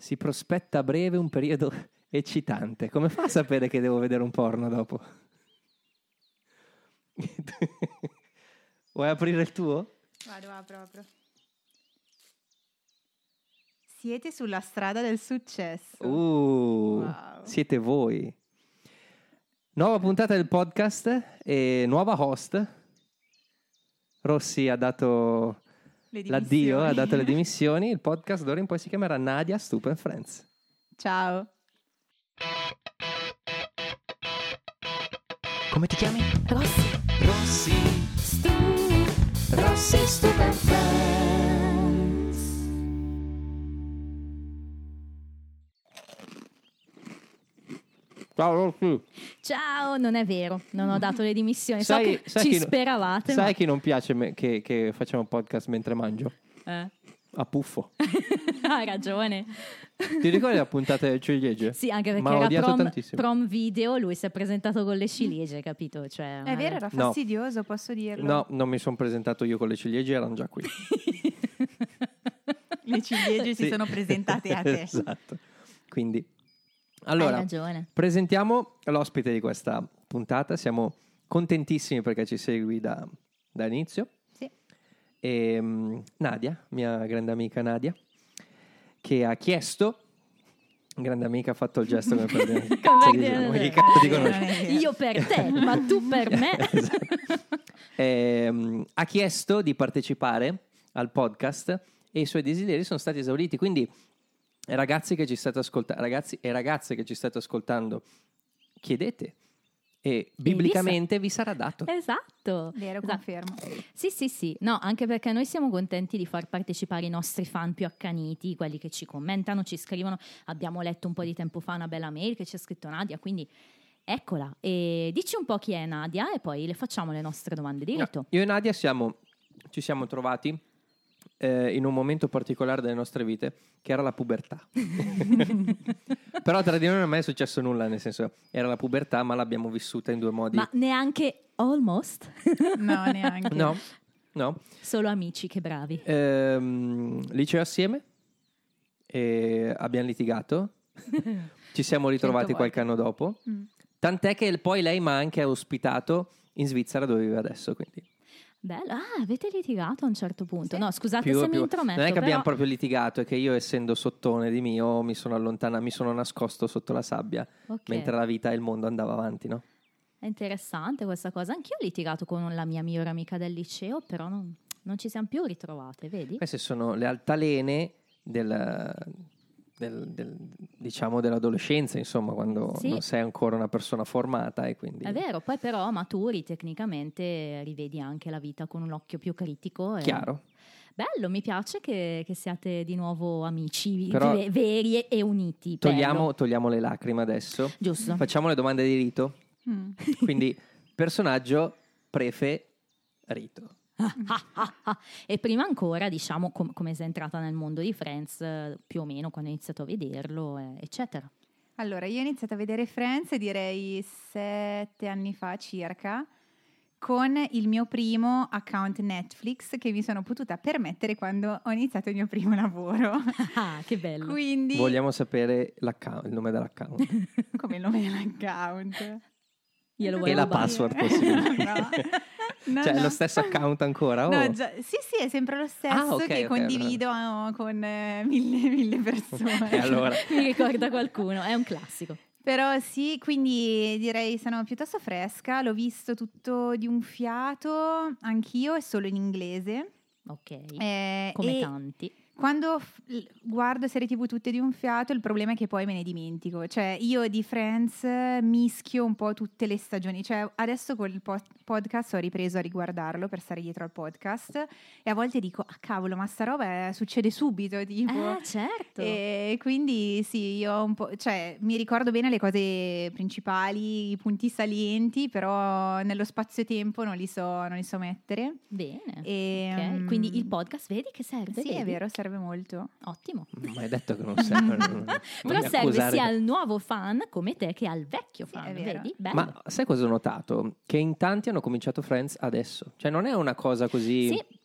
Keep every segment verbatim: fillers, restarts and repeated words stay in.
Si prospetta a breve un periodo eccitante. Come fa a sapere che devo vedere un porno dopo? Vuoi aprire il tuo? Vado, apro, apro. Siete sulla strada del successo. Uh, Wow. Siete voi. Nuova puntata del podcast e nuova host. Rossi ha dato l'addio, ha dato le dimissioni. Il podcast d'ora in poi si chiamerà Nadia Stup and Friends. Ciao. Come ti chiami? Rossi, Rossi. Stu, Rossi, Stup and Friends. Ciao Rossi. Ciao, non è vero, non ho dato le dimissioni. Sai- so che sai ci chi no- speravate. Sai ma... chi non piace me- che, che facciamo podcast mentre mangio? Eh. A puffo. Hai ragione. Ti ricordi la puntata del ciliegie? Sì, anche perché Ma ho era odiato prom, tantissimo. prom video, lui si è presentato con le ciliegie, capito? Cioè, È vero, era No. fastidioso, posso dirlo. No, non mi sono presentato io con le ciliegie, erano già qui. Le ciliegie si Sì. sono presentate a te. Esatto. Quindi, Hai allora, ragione. presentiamo l'ospite di questa puntata. Siamo contentissimi perché ci segui da, da inizio. Sì. E, um, Nadia, mia grande amica Nadia, che ha chiesto, grande amica, ha fatto il gesto come per dire, cazzo di- ma chi cazzo ti conosci? Io per te, ma tu per me. Esatto. Ehm, ha chiesto di partecipare al podcast e i suoi desideri sono stati esauditi. Quindi, ragazzi che ci state ascoltando, ragazzi e ragazze che ci state ascoltando, chiedete e biblicamente vi sarà dato. Esatto. Vero, Esatto. confermo. Sì, sì, sì. No, anche perché noi siamo contenti di far partecipare i nostri fan più accaniti, quelli che ci commentano, ci scrivono. Abbiamo letto un po' di tempo fa una bella mail che ci ha scritto Nadia, quindi eccola. E dici un po' chi è Nadia e poi le facciamo le nostre domande di No, rito. io e Nadia siamo, ci siamo trovati eh, in un momento particolare delle nostre vite, che era la pubertà. Però tra di noi non è mai successo nulla, nel senso, era la pubertà, ma l'abbiamo vissuta in due modi. Ma neanche almost? No, neanche. No, no. Solo amici, che bravi. Ehm, liceo assieme, e abbiamo litigato, ci siamo ritrovati Cento qualche anno dopo, Mm. tant'è che poi lei mi ha anche ospitato in Svizzera dove vive adesso, quindi Bello. Ah, avete litigato a un certo punto. Sì. No, scusate più, se più- mi intrometto. non è che abbiamo però... proprio litigato, è che io, essendo sottone di mio, mi sono allontanato, mi sono nascosto sotto la sabbia Ok. mentre la vita e il mondo andava avanti, no? È interessante questa cosa. Anch'io ho litigato con la mia migliore amica del liceo, però non, non ci siamo più ritrovate, vedi? Queste sono le altalene del, del- del- diciamo dell'adolescenza, insomma, quando Sì. non sei ancora una persona formata e quindi È vero, poi però maturi tecnicamente, rivedi anche la vita con un occhio più critico. E... chiaro. Bello, mi piace che, che siate di nuovo amici Però- ve- veri e, e uniti. Bello. Togliamo, togliamo le lacrime adesso. Giusto. Facciamo le domande di rito. Mm. Quindi, personaggio preferito. E prima ancora, diciamo, com- come sei entrata nel mondo di Friends, eh, più o meno quando hai iniziato a vederlo, eh, eccetera. Allora, io ho iniziato a vedere Friends, direi sette anni fa circa, con il mio primo account Netflix che mi sono potuta permettere quando ho iniziato il mio primo lavoro. Ah, che bello. Quindi, Vogliamo sapere l'account- il nome dell'account come il nome dell'account? Glielo e vuoi la rubare? password possibile. No. No, Cioè, è no. lo stesso account ancora? No, Oh. già- sì, sì, è sempre lo stesso Ah, ok, che ok, condivido oh, con eh, mille, mille persone. E allora? Mi ricorda qualcuno, è un classico. Però sì, quindi direi sono piuttosto fresca, l'ho visto tutto di un fiato, anch'io, è solo in inglese. Ok, Eh, come e tanti. Quando f- l- guardo serie tv tutte di un fiato, il problema è che poi me ne dimentico. Cioè, io di Friends mischio un po' tutte le stagioni. Cioè, adesso con il po- podcast ho ripreso a riguardarlo per stare dietro al podcast e a volte dico, ah cavolo, ma sta roba eh, succede subito, tipo. Eh, certo. E quindi sì, io ho un po', cioè, mi ricordo bene le cose principali, i punti salienti, però nello spazio-tempo non li so, non li so mettere. Bene. E, Ok, mm, quindi il podcast, vedi che serve? Sì, vedi? è vero, serve molto. Ottimo. Non mi hai detto che non serve. non- non Però mi serve accusare. sia al nuovo fan come te che al vecchio Sì, fan, è vero. vedi? Bello. Ma sai cosa ho notato? Che in tanti hanno cominciato Friends adesso. Cioè non è una cosa così... Sì,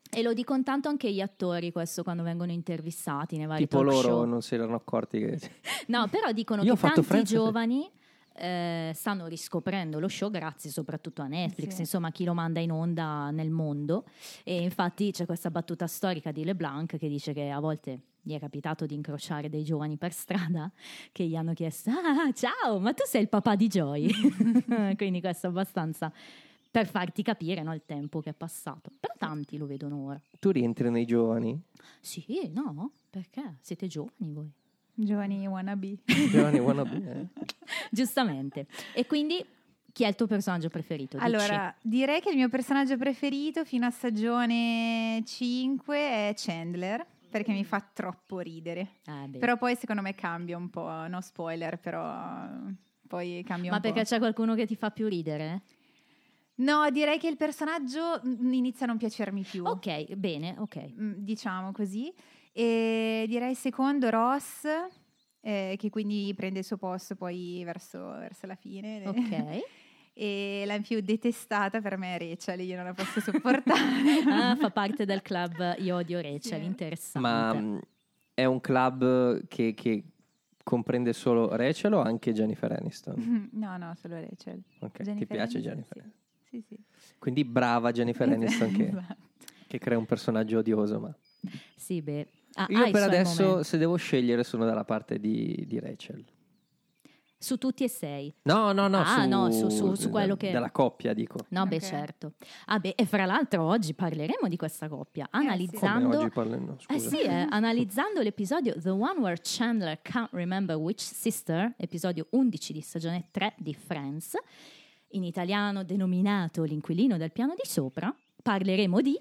E lo dicono tanto anche gli attori, questo, quando vengono intervistati nei vari Tipo talk loro show. non si erano accorti che... No, però dicono Io ho che fatto tanti Friends, sì. giovani eh, stanno riscoprendo lo show grazie soprattutto a Netflix, Sì. insomma, chi lo manda in onda nel mondo. E infatti c'è questa battuta storica di LeBlanc che dice che a volte gli è capitato di incrociare dei giovani per strada che gli hanno chiesto: ah, ciao, ma tu sei il papà di Joy? Quindi questo è abbastanza per farti capire, no, il tempo che è passato. Però tanti lo vedono ora. Tu rientri nei giovani? Sì, no? Perché? Siete giovani voi. Giovani wannabe. Giovani wannabe, eh? Giustamente. E quindi chi è il tuo personaggio preferito? Dici. Allora, direi che il mio personaggio preferito fino a stagione cinque è Chandler, perché mi fa troppo ridere. Ah, beh. Però poi secondo me cambia un po', no spoiler, però poi cambia Ma un po'. perché c'è qualcuno che ti fa più ridere? No, direi che il personaggio mm, inizia a non piacermi più. Ok, bene, ok. Mm, diciamo così. E direi secondo Ross, eh, che quindi prende il suo posto poi verso, verso la fine. Ok. E la più detestata per me è Rachel, io non la posso sopportare. Ah, fa parte del club Io odio Rachel, Sì. interessante. Ma mh, è un club che, che comprende solo Rachel o anche Jennifer Aniston? No, no, solo Rachel. Ok, ti Jennifer piace Aniston, Jennifer? Sì, sì. sì. Quindi brava Jennifer Aniston che, Esatto. che crea un personaggio odioso. Ma Sì, beh. Ah, ha io i per suoi adesso, momenti. se devo scegliere, sono dalla parte di, di Rachel. Su tutti e sei. No, no, no, Ah, su, no, su- su- su quello che- della coppia, dico. No, beh, Ok. certo. Ah, beh, e fra l'altro oggi parleremo di questa coppia, Come analizzando... oggi parliamo? Scusa. Eh sì, eh, analizzando l'episodio The One Where Chandler Can't Remember Which Sister, episodio undici di stagione tre di Friends, in italiano denominato L'inquilino del piano di sopra, parleremo di...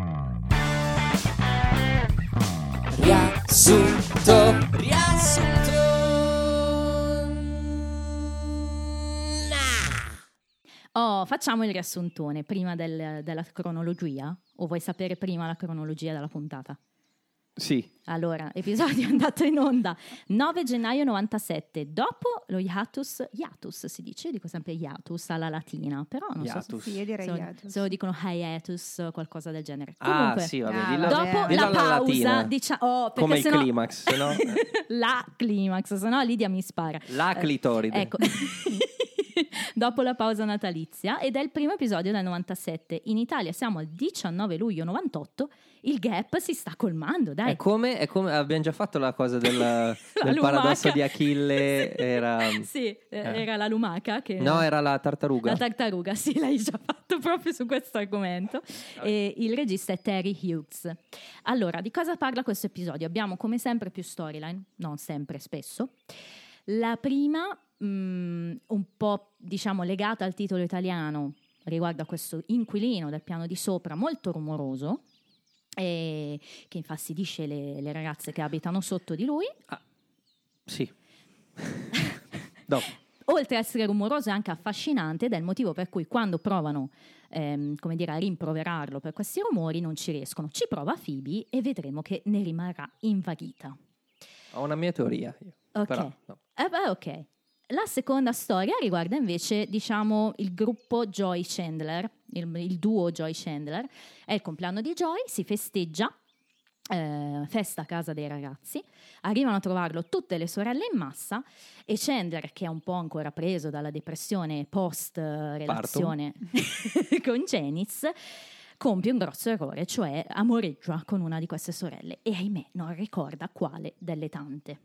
Riassunto, riassunto. Oh, facciamo il riassuntone prima del- della cronologia, o vuoi sapere prima la cronologia della puntata? Sì, Allora, episodio è andato in onda nove gennaio novantasette, dopo lo hiatus, hiatus si dice, io dico sempre hiatus alla latina, però non so Hiatus. Sì, io direi se, hiatus. se lo dicono hiatus, qualcosa del genere. ah Comunque, sì, vabbè, Ah, dillo, vabbè. dopo dillo la alla pausa, latina, diciamo, oh, perché come il sennò- climax, se no la climax, se no Lidia mi spara. la clitoride. Ecco, dopo la pausa natalizia, ed è il primo episodio del novantasette. In Italia siamo al diciannove luglio novantotto, il gap si sta colmando, dai. È come, è come abbiamo già fatto la cosa del, del lumaca. paradosso di Achille, Sì. era... Sì, eh, era la lumaca che... No, era la tartaruga. La tartaruga, sì, l'hai già fatto proprio su questo argomento. E il regista è Terry Hughes. Allora, di cosa parla questo episodio? Abbiamo come sempre più storyline, non sempre, spesso. La prima, mh, un po' diciamo legata al titolo italiano, riguarda questo inquilino del piano di sopra molto rumoroso, e che infastidisce le, le ragazze che abitano sotto di lui. Sì. Dopo. Oltre a essere rumoroso è anche affascinante, ed è il motivo per cui quando provano ehm, come dire, a rimproverarlo per questi rumori non ci riescono. Ci prova Phoebe e vedremo che ne rimarrà invaghita. Ho una mia teoria. Io. Ok. Però, no. Eh beh, ok. La seconda storia riguarda invece, diciamo, il gruppo Joy Chandler, il, il duo Joy Chandler. È il compleanno di Joy, si festeggia, eh, festa a casa dei ragazzi, arrivano a trovarlo tutte le sorelle in massa, e Chandler, che è un po' ancora preso dalla depressione post eh, relazione con Janice, compie un grosso errore, cioè amoreggia con una di queste sorelle e ahimè non ricorda quale delle tante.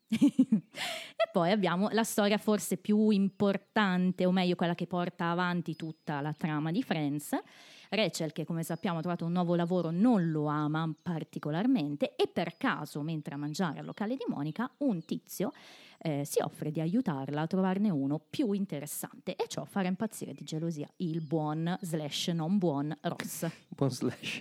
E poi abbiamo la storia forse più importante, o meglio quella che porta avanti tutta la trama di Friends. Rachel, che come sappiamo ha trovato un nuovo lavoro, non lo ama particolarmente, e per caso mentre a mangiare al locale di Monica un tizio eh, si offre di aiutarla a trovarne uno più interessante, e ciò farà impazzire di gelosia il buon slash non buon Ross. Buon slash.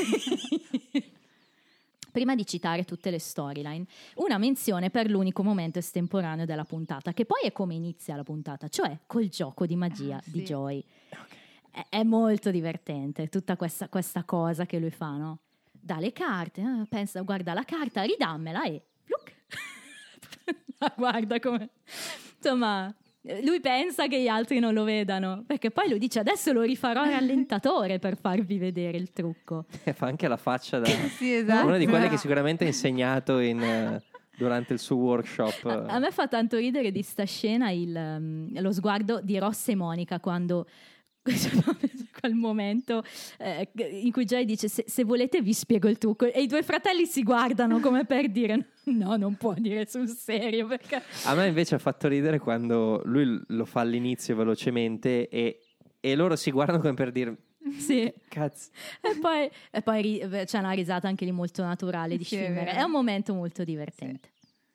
Prima di citare tutte le storyline, una menzione per l'unico momento estemporaneo della puntata, che poi è come inizia la puntata, cioè col gioco di magia Ah, sì. di Joy. È, è molto divertente tutta questa, questa cosa che lui fa, no? Dà le carte, eh, pensa, guarda la carta, ridammela, e look, la guarda come... Insomma, Lui pensa che gli altri non lo vedano, perché poi lui dice adesso lo rifarò a rallentatore per farvi vedere il trucco. E fa anche la faccia da Sì, esatto. una di quelle che sicuramente ha insegnato in, eh, durante il suo workshop. A, a me fa tanto ridere di sta scena il, um, lo sguardo di Ross e Monica quando quel momento eh, in cui Joy dice se, se volete vi spiego il trucco e i due fratelli si guardano come per dire no, non può dire sul serio, perché... A me invece ha fatto ridere quando lui lo fa all'inizio velocemente e, e loro si guardano come per dire sì, cazzo. E poi, e poi ri- c'è una risata anche lì molto naturale di Sì, è Schwimmer. vero. È un momento molto divertente.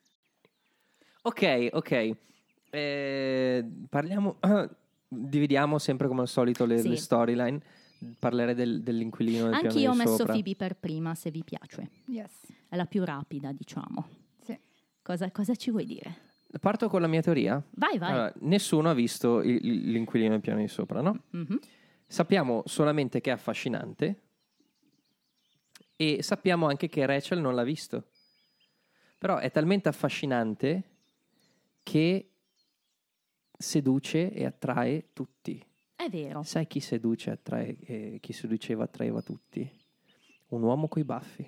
Ok, ok. Eh, parliamo... dividiamo sempre come al solito le, Sì. le storyline. Parlerei del, dell'inquilino del piano Anch'io ho di messo sopra. Phoebe per prima, se vi piace. Yes. È la più rapida, diciamo. Sì. Cosa, cosa ci vuoi dire? Parto con la mia teoria. Vai, vai. Allora, nessuno ha visto il- il- l'inquilino del piano di sopra, no? Mhm. Sappiamo solamente che è affascinante e sappiamo anche che Rachel non l'ha visto. Però è talmente affascinante che seduce e attrae tutti. È vero. Sai chi seduce e attrae, eh, chi seduceva e attraeva tutti? Un uomo coi baffi.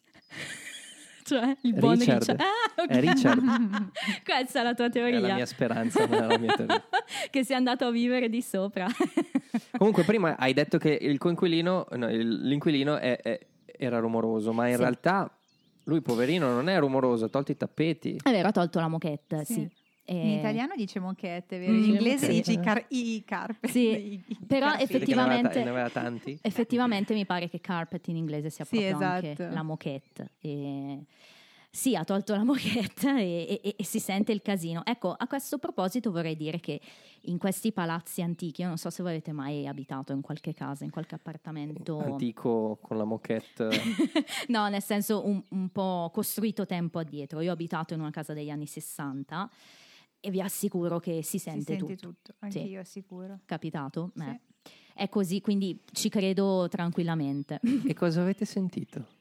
Cioè, il buon Richard. Richard. Ah, ok. È Richard. Questa è la tua teoria. È la mia speranza, non è la mia teoria. Che sia andato a vivere di sopra. Comunque prima hai detto che il coinquilino, no, il- l'inquilino è- è- era rumoroso, ma in Sì. realtà lui poverino non è rumoroso, ha tolto i tappeti. È vero, ha tolto la moquette, sì. Sì. E- In italiano dice moquette, vero? Mm. In Sì, inglese moquette. dici i, car- i carpet. Sì, i- i però carpeti. Perché ne aveva, effettivamente- ne aveva tanti. Effettivamente mi pare che carpet in inglese sia Sì, proprio anche esatto. la moquette. E... Sì, ha tolto la moquette e, e- e si sente il casino. Ecco, a questo proposito vorrei dire che in questi palazzi antichi, io non so se voi avete mai abitato in qualche casa, in qualche appartamento... Antico con la moquette. No, nel senso un, un po' costruito tempo addietro. Io ho abitato in una casa degli anni sessanta e vi assicuro che si Si sente, sente tutto. tutto, anche Sì. io assicuro. Capitato? Sì. Eh. È così, quindi ci credo tranquillamente. E cosa avete sentito?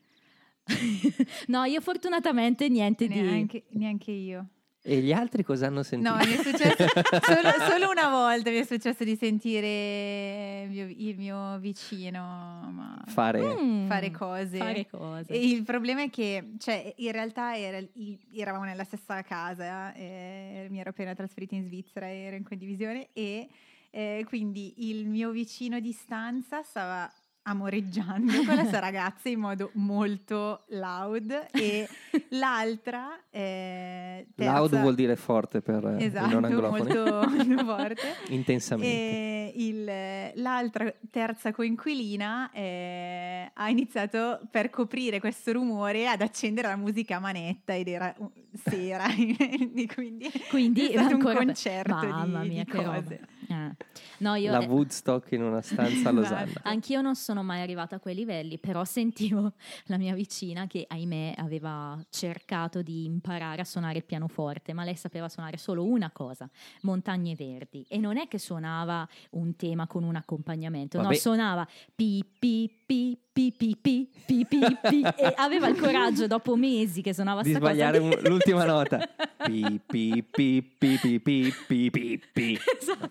No, io fortunatamente niente di... Neanche, neanche io. E gli altri cosa hanno sentito? No, mi è successo solo, solo una volta mi è successo di sentire il mio, il mio vicino ma Fare... Mm, fare cose. Fare cose. E il problema è che, cioè, in realtà era, i- eravamo nella stessa casa, eh, mi ero appena trasferita in Svizzera, ero in condivisione e eh, quindi il mio vicino di stanza stava amoreggiando con la sua ragazza in modo molto loud e l'altra eh, terza, Loud vuol dire forte per eh, i esatto, non anglofoni. molto, molto forte. Intensamente. E il- l'altra terza coinquilina eh, ha iniziato per coprire questo rumore ad accendere la musica a manetta ed era uh, sera e quindi, Quindi è stato un ancora pe- concerto Mamma di, mia, di che cose. roba. Eh. No, io La eh, Woodstock in una stanza a Losanna. Esatto. anch'io non sono mai arrivata a quei livelli, però sentivo la mia vicina che, ahimè, aveva cercato di imparare a suonare il pianoforte, ma lei sapeva suonare solo una cosa, Montagne Verdi, e non è che suonava un tema con un accompagnamento, Vabbè. no, suonava pi pi pi pi pi pi pi pi pi e aveva il coraggio dopo mesi che suonava Di sta cosa sbagliare di- un- l'ultima nota. Pi, pi, pi, pi, pi, pi, pi, pi, pi. Esatto.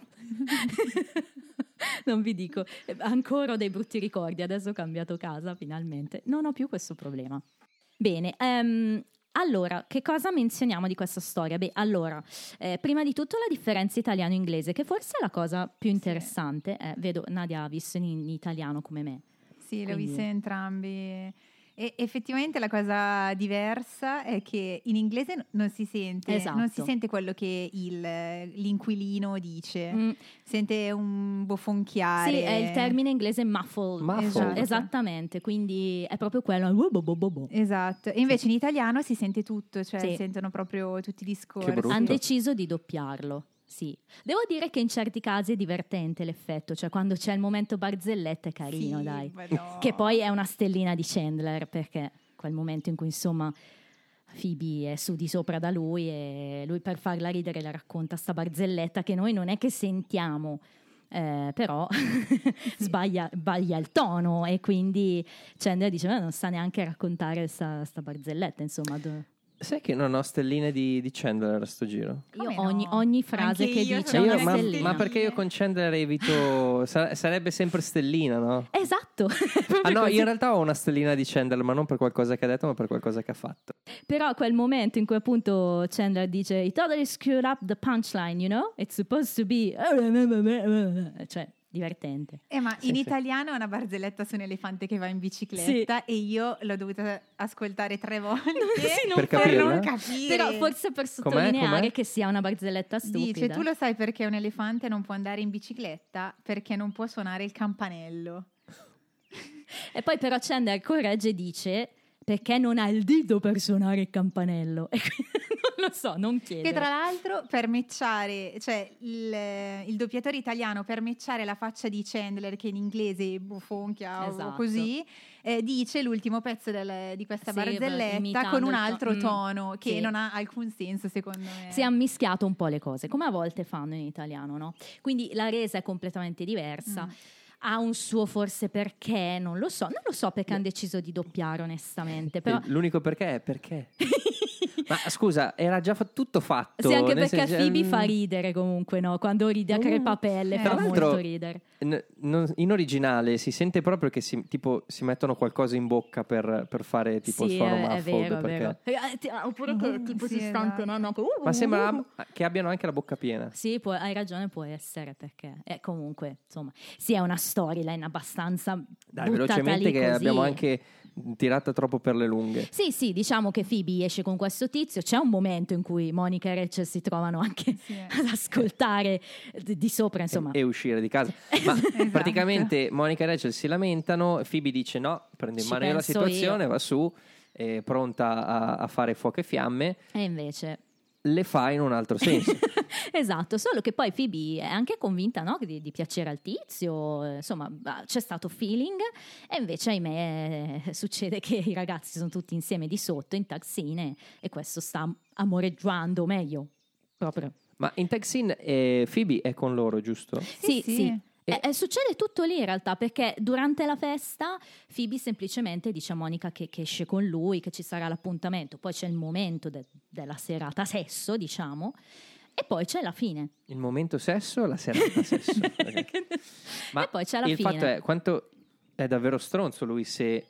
Non vi dico, eh, ancora ho dei brutti ricordi, adesso ho cambiato casa finalmente, non ho più questo problema. Bene, ehm, allora, che cosa menzioniamo di questa storia? Beh, allora, eh, prima di tutto la differenza italiano-inglese, che forse è la cosa più interessante. Eh, vedo Nadia ha visto in, in italiano come me. Sì, le ho Quindi- viste entrambi. E effettivamente la cosa diversa è che in inglese non si sente, Esatto. non si sente quello che il, l'inquilino dice, Mm, sente un bofonchiare. sì, è il termine inglese muffled. Muffled. Esatto. Esattamente, quindi è proprio quello. Bo bo bo bo bo. Esatto, e invece in italiano si sente tutto, cioè Sì. sentono proprio tutti i discorsi. Che brutto. Hanno deciso di doppiarlo. Sì, devo dire che in certi casi è divertente l'effetto, cioè quando c'è il momento barzelletta è carino, Sì, dai. ma no. Che poi è una stellina di Chandler, perché quel momento in cui insomma Phoebe è su di sopra da lui e lui per farla ridere le racconta sta barzelletta che noi non è che sentiamo, eh, però sbaglia, sbaglia il tono e quindi Chandler dice "Ma non sa neanche raccontare sta, sta barzelletta, insomma. do- Sai che non ho stelline di, di Chandler a sto giro? Come Io no? ogni, ogni frase Anche che io dice Cioè, sono è io- una ma, stellina. ma perché io con Chandler evito... sa- sarebbe sempre stellina, no? Esatto. Proprio Ah no, così. io in realtà ho una stellina di Chandler, ma non per qualcosa che ha detto, ma per qualcosa che ha fatto. Però quel momento in cui appunto Chandler dice "He totally screwed up the punchline, you know? It's supposed to be..." Cioè, divertente. Eh, ma Sì, in sì. italiano è una barzelletta su un elefante che va in bicicletta e io l'ho dovuta ascoltare tre volte Sì, non Per per capirla? non capire. Però forse per sottolineare com'è? che sia una barzelletta stupida. Dice, tu lo sai perché un elefante non può andare in bicicletta? Perché non può suonare il campanello. E poi però Chandler corregge e dice perché non ha il dito per suonare il campanello. E quindi, non lo so, non chiede. Che tra l'altro per matchare, cioè il, il doppiatore italiano per matchare la faccia di Chandler che in inglese bufonchia o Esatto. così, eh, dice l'ultimo pezzo del- di questa Sì, barzelletta imitando con un il to- altro mm, tono che sì. non ha alcun senso secondo me. Si è ammischiato un po' le cose, come a volte fanno in italiano, no? Quindi la resa è completamente diversa. Mm. Ha un suo forse perché, non lo so. Non lo so perché hanno deciso di doppiare, onestamente. Però... E L'unico perché è perché. Ma scusa, era già fa- tutto fatto. Sì, anche nel perché senso- Phoebe fa ridere comunque, no? Quando ride a crepapelle Eh. fa Tra molto l'altro, ridere. n- non- in originale si sente proprio che si, tipo, si mettono qualcosa in bocca per, per fare tipo il Sì, suono è, è muffled, vero, è perché- vero. Eh, ti- Oppure che tipo Sì, si sta esatto. antenando anche... Ma sembra che abbiano anche la bocca piena. Sì, può- hai ragione, può essere perché eh, comunque, insomma, sì, è una storyline abbastanza Dai, buttata velocemente lì che così. abbiamo anche tirata troppo per le lunghe. Sì, sì, diciamo che Phoebe esce con questo tizio. C'è un momento in cui Monica e Rachel si trovano anche Sì. ad ascoltare di, di sopra, insomma. E uscire di casa. Ma Esatto. praticamente Monica e Rachel si lamentano, Phoebe dice no, prende in Ci mano io la penso situazione, io. va su, è pronta a, a fare fuoco e fiamme, E invece... le fa in un altro senso. Esatto, solo che poi Phoebe è anche convinta, no, di, di piacere al tizio, eh, insomma bah, c'è stato feeling e invece ahimè eh, succede che i ragazzi sono tutti insieme di sotto in taxine e questo sta amoreggiando, meglio, proprio. Ma in tag scene eh, Phoebe è con loro, giusto? Sì, sì. sì. Eh, eh, succede tutto lì in realtà perché durante la festa Phoebe semplicemente dice a Monica che, che esce con lui, che ci sarà l'appuntamento, poi c'è il momento de- della serata sesso, diciamo, e poi c'è la fine. Il momento sesso, la serata sesso. Ok. Ma E poi c'è la il fine. fatto è quanto è davvero stronzo lui se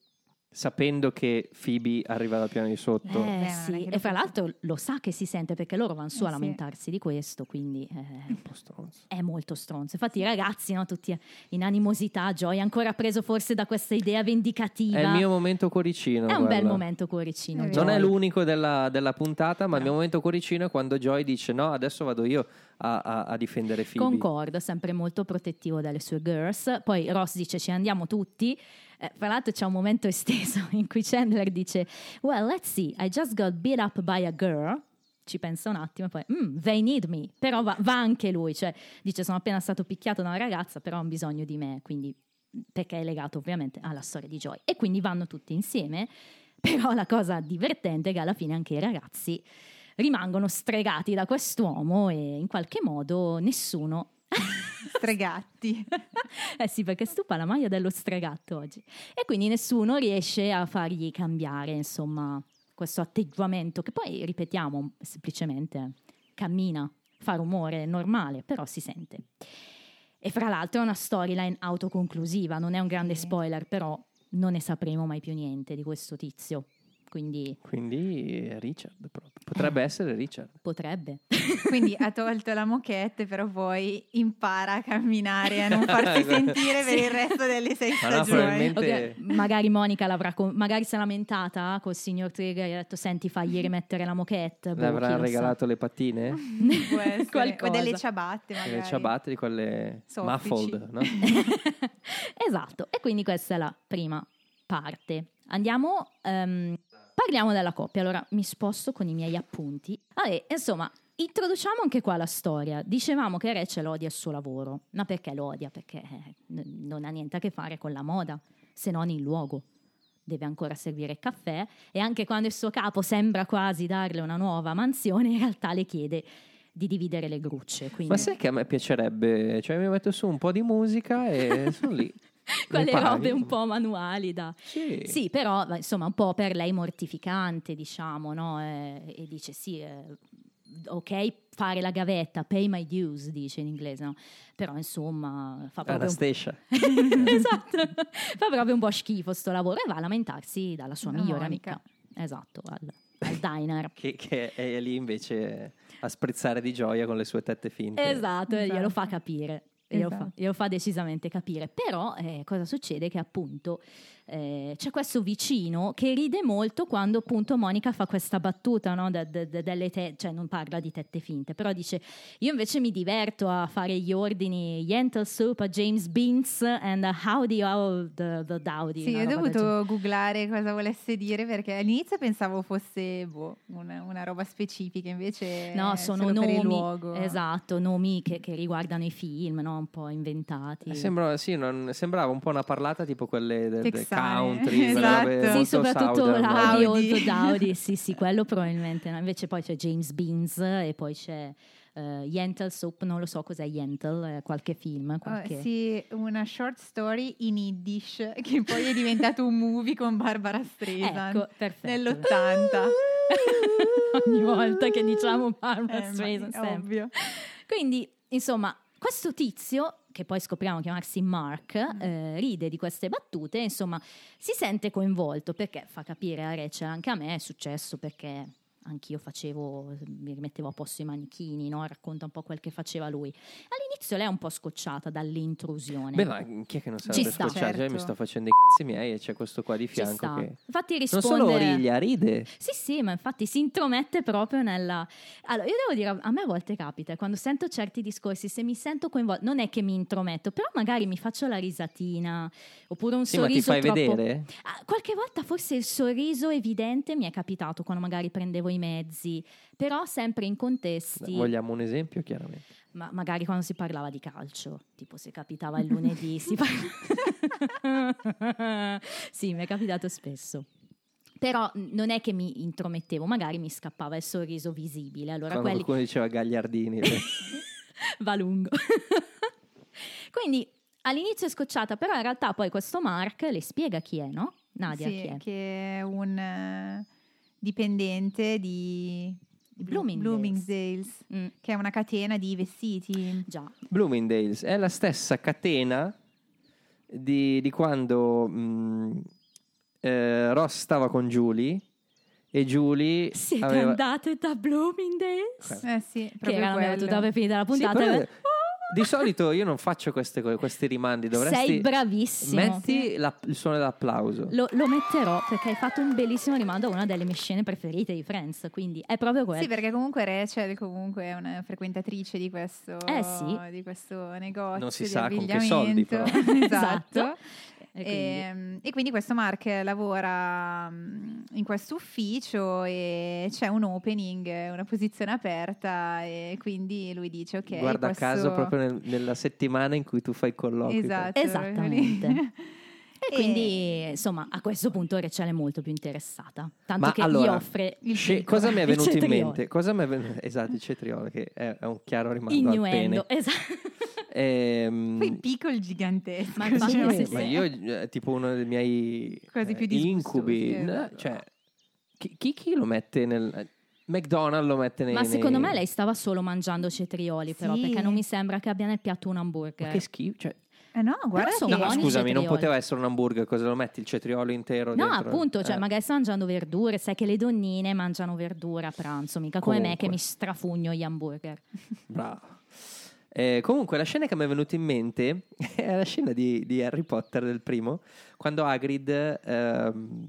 sapendo che Phoebe arriva dal piano di sotto. Eh, non è sì. che E lo fra posso- l'altro lo sa che si sente perché loro vanno su Eh, a sì. lamentarsi di questo, quindi È eh, un po' stronzo. è molto stronzo. Infatti i ragazzi, no, tutti in animosità, Joy ancora preso forse da questa idea vendicativa. È il mio momento cuoricino. È un bel guarda. momento cuoricino. È Joy. Non è l'unico della, della puntata, ma il No. mio momento cuoricino è quando Joy dice no, adesso vado io a, a- a difendere Phoebe. Concordo, sempre molto protettivo dalle sue girls. Poi Ross dice ci andiamo tutti. Eh, fra l'altro c'è un momento esteso in cui Chandler dice well, let's see, I just got beat up by a girl. Ci pensa un attimo e poi mm, they need me. Però va, va anche lui, cioè dice sono appena stato picchiato da una ragazza, però hanno bisogno di me, quindi perché è legato ovviamente alla storia di Joy. E quindi vanno tutti insieme. Però la cosa divertente è che alla fine anche i ragazzi rimangono stregati da quest'uomo e in qualche modo nessuno Stregatti. eh sì, perché stupa la maglia dello stregatto oggi. E quindi nessuno riesce a fargli cambiare, insomma, questo atteggiamento che poi, ripetiamo, semplicemente cammina, fa rumore, è normale, però si sente. E fra l'altro è una storyline autoconclusiva, non è un grande Sì. spoiler, però non ne sapremo mai più niente di questo tizio. Quindi Quindi è Richard proprio. Potrebbe essere Richard. potrebbe. Quindi ha tolto la moquette, però poi impara a camminare e a non farsi sentire per il resto delle sei Ma no, stagioni. probabilmente- Ok, magari Monica l'avrà con- magari si è lamentata col signor Trigger e ha detto senti fagli rimettere la moquette. boh, Le avrà chi lo sa. regalato le pattine? Può essere. O Qualcosa. delle ciabatte magari. Le ciabatte di quelle Soffici. muffled, no? Esatto, e quindi questa è la prima parte. Andiamo, ehm, parliamo della coppia. Allora mi sposto con i miei appunti. Vabbè, insomma, introduciamo anche qua la storia. Dicevamo che Rachel odia il suo lavoro. Ma perché lo odia? Perché eh, n- non ha niente a che fare con la moda, se non il luogo. Deve ancora servire il caffè e anche quando il suo capo sembra quasi darle una nuova mansione, in realtà le chiede di dividere le grucce. Quindi... Ma sai che a me piacerebbe? Cioè mi metto su un po' di musica e sono lì. quelle paghi. robe un po' manuali da... Sì. Sì, però ma, insomma un po' per lei mortificante, diciamo, no? E, e dice sì, eh, ok, fare la gavetta, pay my dues, dice in inglese, no? Però insomma fa proprio Anastasia. un... esatto, fa proprio un po' schifo sto lavoro e va a lamentarsi dalla sua Da migliore Monica. amica. Esatto, al, al diner. Che, che è lì invece a sprizzare di gioia con le sue tette finte. Esatto, e glielo fa Esatto. capire. Glielo, Esatto. fa, glielo fa decisamente capire. Però eh, cosa succede? Che appunto eh, c'è questo vicino che ride molto quando appunto Monica fa questa battuta, no? de, de, de, delle te- cioè non parla di tette finte, però dice io invece mi diverto a fare gli ordini Yentl soup a James Beans and a howdy all the, the dowdy. Sì, una ho roba del dovuto googlare cosa volesse dire perché all'inizio pensavo fosse boh, una, una roba specifica, invece No, è sono solo per il nomi, luogo. esatto, nomi che, che riguardano i film, no? Un po' inventati. Sembra, sì, non- sembrava un po' una parlata tipo quelle del, del Texane. country, quelle Esatto. robe Sì, Sì, molto soprattutto southern. l'Audi Audi. Olto Daudi, sì, sì, quello probabilmente no. Invece poi c'è James Beans e poi c'è uh, Yentl Soap, non lo so cos'è Yentl, eh, qualche film, Oh, qualche... sì, una short story in Yiddish che poi è diventato un movie con Barbara Streisand Ecco, perfetto. nell'ottanta. Ogni volta che diciamo Barbara Eh, ma- Streisand, sempre. ovvio. Quindi, insomma, questo tizio, che poi scopriamo chiamarsi Mark, eh, ride di queste battute, insomma, si sente coinvolto perché fa capire a Rachel, anche a me è successo perché anch'io facevo, mi rimettevo a posto i manichini, no? Racconta un po' quel che faceva lui. All'inizio lei è un po' scocciata dall'intrusione. Beh, ma chi è che non Ci sarebbe sta. scocciato? Cioè, Certo. mi sto facendo i cazzi miei e c'è questo qua di Ci fianco sta. che Infatti non risponde... solo origlia, ride. Sì, sì, ma infatti si intromette proprio nella... Allora, io devo dire, a me a volte capita, quando sento certi discorsi, se mi sento coinvolta, non è che mi intrometto, però magari mi faccio la risatina, oppure un Sì, ma ti sorriso fai troppo... vedere? Ah, qualche volta forse il sorriso evidente mi è capitato quando magari prendevo i mezzi, però sempre in contesti... Vogliamo un esempio, chiaramente. Ma magari quando si parlava di calcio, tipo se capitava il lunedì, si parla... Sì, mi è capitato spesso. Però non è che mi intromettevo, magari mi scappava il sorriso visibile. Allora Quando quelli qualcuno diceva Gagliardini. va lungo. Quindi all'inizio è scocciata, però in realtà poi questo Mark le spiega chi è, no? Nadia, Sì, chi è? che è un eh, dipendente di di Bloomingdale's. Bloomingdale's, Mm, che è una catena di vestiti. già. Bloomingdale's è la stessa catena di, di quando mh, eh, Ross stava con Julie e Julie Siete aveva... andate da Bloomingdale's? Eh sì, Che proprio era la mia quello. battuta preferita della Sì, puntata. però, beh. di solito io non faccio queste, co- questi rimandi, dovresti... Sei bravissimo. Metti la- il suono dell'applauso. Lo, lo metterò perché hai fatto un bellissimo rimando a una delle mie scene preferite di Friends, quindi è proprio quello. Sì, perché comunque Rachel comunque è una frequentatrice di questo, Eh sì. di questo negozio Non si di sa con che soldi, abbigliamento. però. Esatto. E quindi- E, e quindi questo Mark lavora mm, in questo ufficio e c'è un opening, una posizione aperta e quindi lui dice ok, Guarda questo... caso proprio nel- nella settimana in cui tu fai il colloquio. Esatto. Esattamente. E E- quindi, insomma, a questo punto Rachel è molto più interessata. Tanto Ma che allora, gli offre il Sce- piccolo. cosa mi è il venuto in cetriolo. mente? Cosa mi è venuto... Esatto, il cetriolo, che è, è un chiaro rimando al innuendo. pene. Esatto. Ehm, Poi piccolo gigantesco. Ma infatti, cioè, sì, eh, sì. ma io eh, tipo uno dei miei Quasi eh, più disgustosi, incubi, esatto. no, cioè chi, chi- chi lo mette nel eh, McDonald's lo mette nei Ma secondo nei- me lei stava solo mangiando cetrioli, però, Sì. perché non mi sembra che abbia nel piatto un hamburger. ma che schifo, cioè, Eh no, guarda sono che... no, buoni scusami, non cetrioli. poteva essere un hamburger, cosa lo metti il cetriolo intero No, dentro? appunto, cioè Eh, magari sta mangiando verdure, sai che le donnine mangiano verdura a pranzo, mica come me Comunque. che mi strafugno gli hamburger. bravo. Eh, comunque la scena che mi è venuta in mente è la scena di, di Harry Potter del primo, quando Hagrid ehm,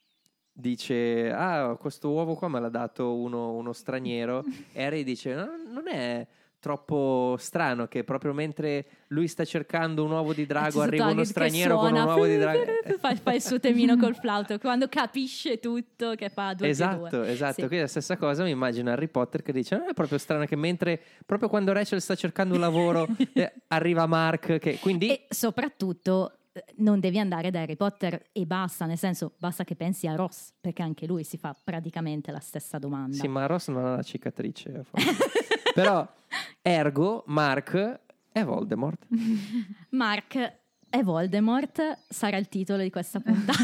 dice ah questo uovo qua me l'ha dato uno, uno straniero e Harry dice no, non è troppo strano che proprio mentre lui sta cercando un uovo di drago C'è arriva sotto uno Hagrid che straniero con suona, un uovo di drago fa, fa il suo temino col flauto quando capisce tutto, che fa due più esatto, due. esatto. Sì. Quindi la stessa cosa mi immagino Harry Potter che dice: non è proprio strano che mentre proprio quando Rachel sta cercando un lavoro eh, arriva Mark. Che quindi E soprattutto eh, non devi andare da Harry Potter e basta, nel senso basta che pensi a Ross, perché anche lui si fa praticamente la stessa domanda. sì, ma Ross non ha la cicatrice. forse. Però ergo Mark è Voldemort. Mark è Voldemort sarà il titolo di questa puntata.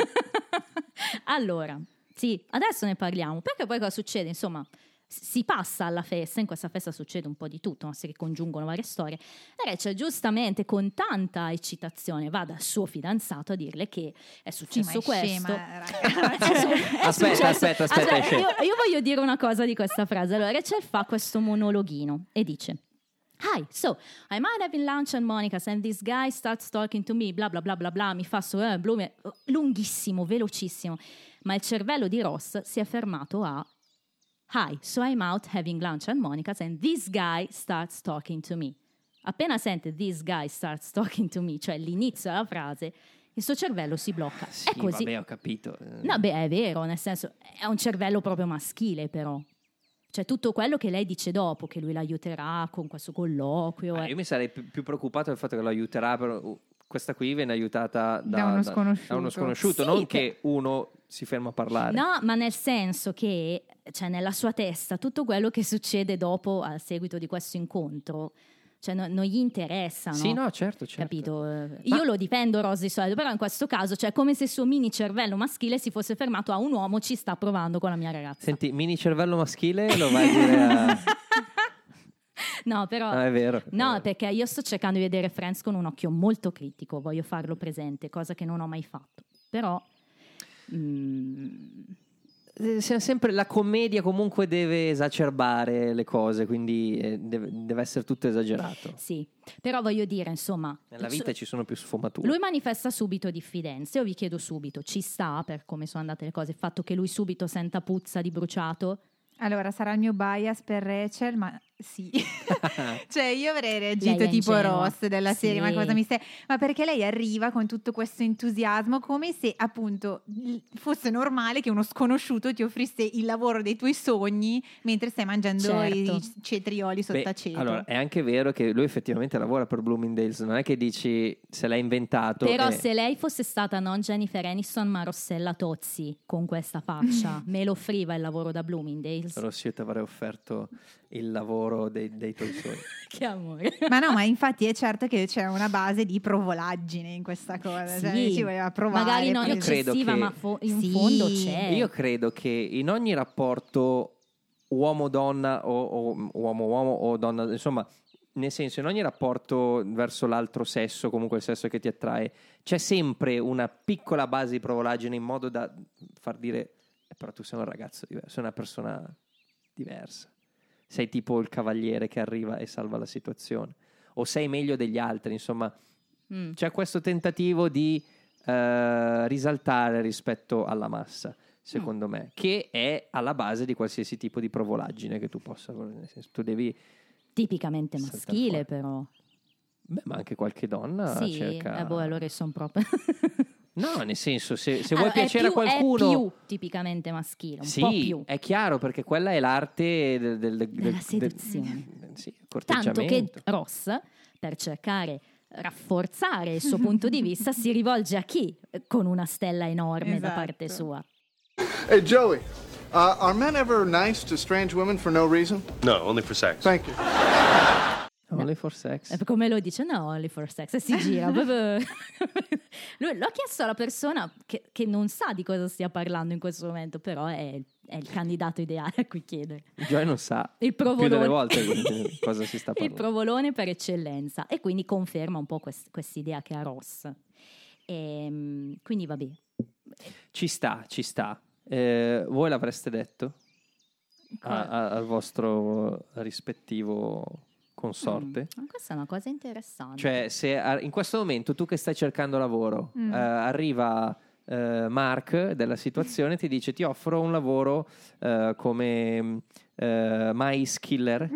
Allora, sì, adesso ne parliamo, perché poi cosa succede? Insomma, si passa alla festa, in questa festa succede un po' di tutto, no? Si ricongiungono varie storie, e Rachel giustamente con tanta eccitazione va dal suo fidanzato a dirle che è successo sì, ma è questo. scema, ragazzi. È su- è Aspetta, successo- aspetta, aspetta, Aspetta, esce. io, io voglio dire una cosa di questa frase. Allora Rachel fa questo monologhino e dice: Hi, so I might have been lunch at Monica's and this guy starts talking to me, bla bla bla bla bla, mi fa so, eh, blume, lunghissimo, velocissimo, ma il cervello di Ross si è fermato a Hi, so I'm out having lunch at Monica's and this guy starts talking to me. Appena sente this guy starts talking to me, cioè l'inizio della frase, il suo cervello si blocca. Sì, è così. vabbè, ho capito. No, beh, è vero, nel senso, è un cervello proprio maschile, però. Cioè, tutto quello che lei dice dopo, che lui l'aiuterà con questo colloquio. Ah, eh. io mi sarei più, più preoccupato del fatto che lo aiuterà, però uh, questa qui viene aiutata da, Da uno sconosciuto. da uno sconosciuto, Sì, non che- che uno si ferma a parlare. No, ma nel senso che, cioè, nella sua testa, tutto quello che succede dopo, a seguito di questo incontro, cioè, no- non gli interessa, no? Sì, no, certo, certo. Capito? Eh, Io lo difendo Rosy di solito, però in questo caso, cioè, come se il suo mini cervello maschile si fosse fermato a un uomo ci sta provando con la mia ragazza. Senti, mini cervello maschile lo vai a dire a... No, però... No, è vero. No, Eh, perché io sto cercando di vedere Friends con un occhio molto critico, voglio farlo presente, cosa che non ho mai fatto. Però... mm, eh, siamo sempre, la commedia comunque deve esacerbare le cose, quindi eh, deve, deve essere tutto esagerato. sì, però voglio dire, insomma... Nella vita ci sono più sfumature. Lui manifesta subito diffidenza. Io vi chiedo subito, ci sta per come sono andate le cose il fatto che lui subito senta puzza di bruciato? Allora, sarà il mio bias per Rachel, ma sì. Cioè, io avrei reagito Lei è tipo ingenua. Ross della Sì. serie, ma cosa mi stai... Ma perché lei arriva con tutto questo entusiasmo, come se appunto l- fosse normale che uno sconosciuto ti offrisse il lavoro dei tuoi sogni mentre stai mangiando Certo. i cetrioli Beh, sottaceto. allora, è anche vero che lui effettivamente lavora per Bloomingdale's, non è che dici se l'ha inventato. Però eh, se lei fosse stata non Jennifer Aniston ma Rossella Tozzi con questa faccia, me lo offriva il lavoro da Bloomingdale's? Rossi, io ti avrei offerto il lavoro dei, dei tuoi sogni. Che amore. Ma no, ma infatti è certo che c'è una base di provolaggine in questa cosa. Cioè, Sì, ci voleva provare. magari non per Io credo eccessiva, che- ma fo- in Sì. fondo c'è. Io credo che in ogni rapporto uomo-donna o, o uomo-uomo o donna, insomma, nel senso, in ogni rapporto verso l'altro sesso, comunque il sesso che ti attrae, c'è sempre una piccola base di provolaggine in modo da far dire "Eh, però tu sei un ragazzo diverso, sei una persona diversa. Sei tipo il cavaliere che arriva e salva la situazione. O sei meglio degli altri, insomma. Mm. C'è questo tentativo di eh, risaltare rispetto alla massa, secondo me, che è alla base di qualsiasi tipo di provolaggine che tu possa volere. Nel senso, tu devi, Tipicamente Saltar maschile, fuori. però. beh, ma anche qualche donna Sì, cerca. eh, boh, allora sono proprio... No, nel senso, se, se Allora, vuoi piacere è più, a qualcuno, è più tipicamente maschile, un sì, po' più. è chiaro, perché quella è l'arte del, del, del- Della del- seduzione. del- sì, Tanto che corteggiamento. Ross, per cercare rafforzare il suo punto di vista, si rivolge a chi? Con una stella enorme da Esatto. parte sua. Hey, Joey, uh, are men ever nice to strange women for no reason? No, only for sex. Thank you. Only for sex. E come lo dice? No, only for sex. E si gira. proprio. Lui l'ho chiesto alla persona che, che non sa di cosa stia parlando in questo momento, però è, è il candidato ideale a cui chiedere. Joy non sa Il più provolone. delle volte di cosa si sta Il parlando. provolone per eccellenza. E quindi conferma un po' quest- quest'idea che ha Ross. E, quindi vabbè. Ci sta, ci sta. Eh, voi l'avreste detto a- a- al vostro rispettivo consorte? Mm, questa è una cosa interessante. Cioè, se a- in questo momento tu che stai cercando lavoro, Mm. eh, arriva eh, Mark della situazione e ti dice ti offro un lavoro eh, come eh, mais killer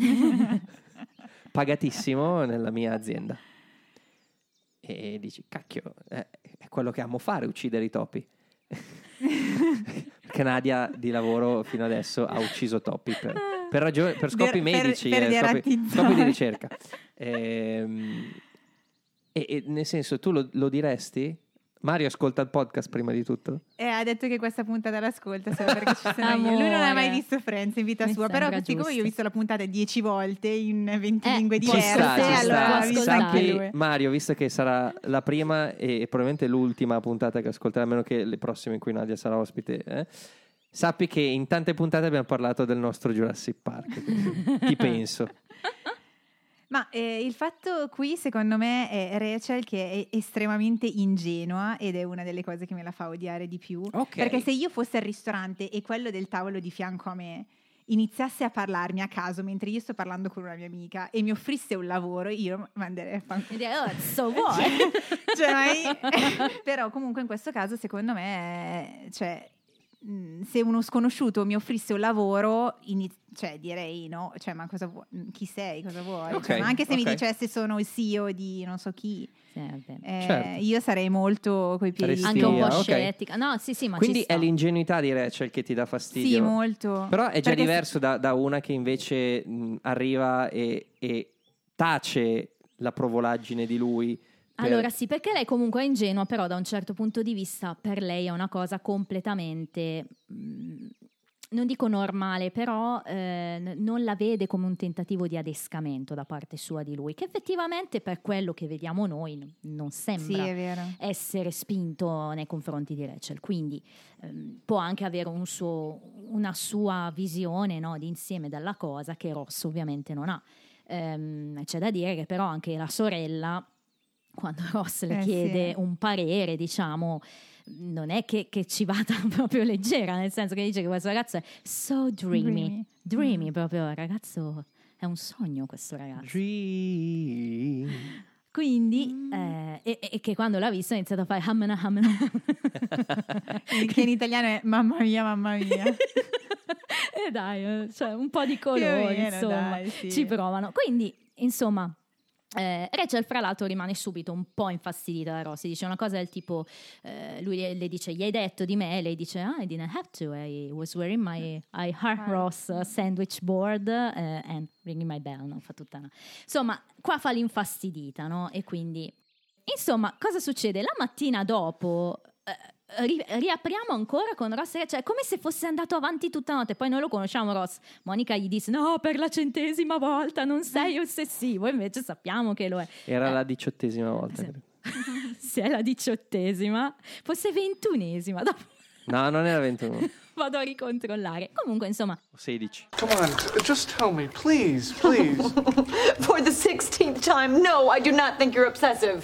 pagatissimo nella mia azienda. E dici, cacchio, eh, è quello che amo fare, uccidere i topi. Perché Nadia di lavoro fino adesso ha ucciso topi per, per, ragioni, per scopi Per- medici, per eh, scopi, deratizzare. scopi di ricerca. Ehm, e, e nel senso, tu lo, lo diresti? Mario ascolta il podcast prima di tutto? Eh, ha detto che questa puntata l'ascolta solo perché ci sono io. Amore. Lui non ha mai visto Friends in vita Mi sua, però sembra siccome io ho giusto. visto la puntata dieci volte in venti Eh, lingue ci diverse, sta, ci sta. allora Può ha visto ascoltare. anche lui. Mario, visto che sarà la prima e probabilmente l'ultima puntata che ascolterà, a meno che le prossime in cui Nadia sarà ospite, eh, sappi che in tante puntate abbiamo parlato del nostro Jurassic Park. quindi Ti penso. Ma eh, il fatto qui secondo me è Rachel che è estremamente ingenua ed è una delle cose che me la fa odiare di più. Ok. Perché se io fossi al ristorante e quello del tavolo di fianco a me iniziasse a parlarmi a caso mentre io sto parlando con una mia amica e mi offrisse un lavoro, io manderei a fanculo. E dire, oh, so what? Cioè, ma io- però comunque in questo caso secondo me è- cioè, mh, se uno sconosciuto mi offrisse un lavoro ini- cioè direi no, cioè ma cosa vuoi, chi sei, cosa vuoi. Ok, Cioè, ma anche se mi ok. dicesse sono il C E O di non so chi, Sì, vabbè. eh, Certo. io sarei molto coi piedi Saresti- Anche un po' ok. scettica. No, sì, sì, ma Quindi ci sta. è l'ingenuità di Rachel che ti dà fastidio. sì, molto. Però è già Perché diverso da, da una che invece mh, arriva e, e tace la provolaggine di lui. per- Allora sì, perché lei comunque è ingenua, però da un certo punto di vista per lei è una cosa completamente, mh, non dico normale, però eh, n- non la vede come un tentativo di adescamento da parte sua di lui, che effettivamente per quello che vediamo noi n- non sì, sembra è vero. essere spinto nei confronti di Rachel, quindi ehm, può anche avere un suo, una sua visione, no, di insieme della cosa che Ross ovviamente non ha. Ehm, c'è da dire che però anche la sorella, quando Ross le Eh, chiede sì. un parere, diciamo, non è che, che ci vada proprio leggera, nel senso che dice che questo ragazzo è so dreamy, Dreamy. dreamy, proprio il ragazzo è un sogno questo ragazzo. Dream. Quindi, Mm. eh, e, e che quando l'ha visto ha iniziato a fare hamana hamana. Che in italiano è mamma mia, mamma mia. E dai, eh, cioè, un po' di Più o colore, meno, insomma, dai, sì. ci provano. Quindi, insomma, eh, Rachel fra l'altro rimane subito un po' infastidita da Ross. Dice una cosa del tipo, eh, lui le, le dice, gli hai detto di me? E lei dice, ah, I didn't have to, I was wearing my I heart Ross uh, sandwich board uh, and ringing my bell, no? Fa tutta una... Insomma, qua fa l'infastidita, no? E quindi, insomma, cosa succede? La mattina dopo... eh, ri- riapriamo ancora con Ross, cioè come se fosse andato avanti tutta la notte. Poi noi lo conosciamo Ross, Monica gli disse no, per la centesima volta non sei ossessivo, invece sappiamo che lo è. Era Eh, la diciottesima volta. sì. credo. se è la diciottesima, forse ventunesima, dopo No, non era ventuno. vado a ricontrollare. Comunque insomma o sedici. Come on, t- just tell me, please, please. For the sixteenth time, no, I do not think you're obsessive.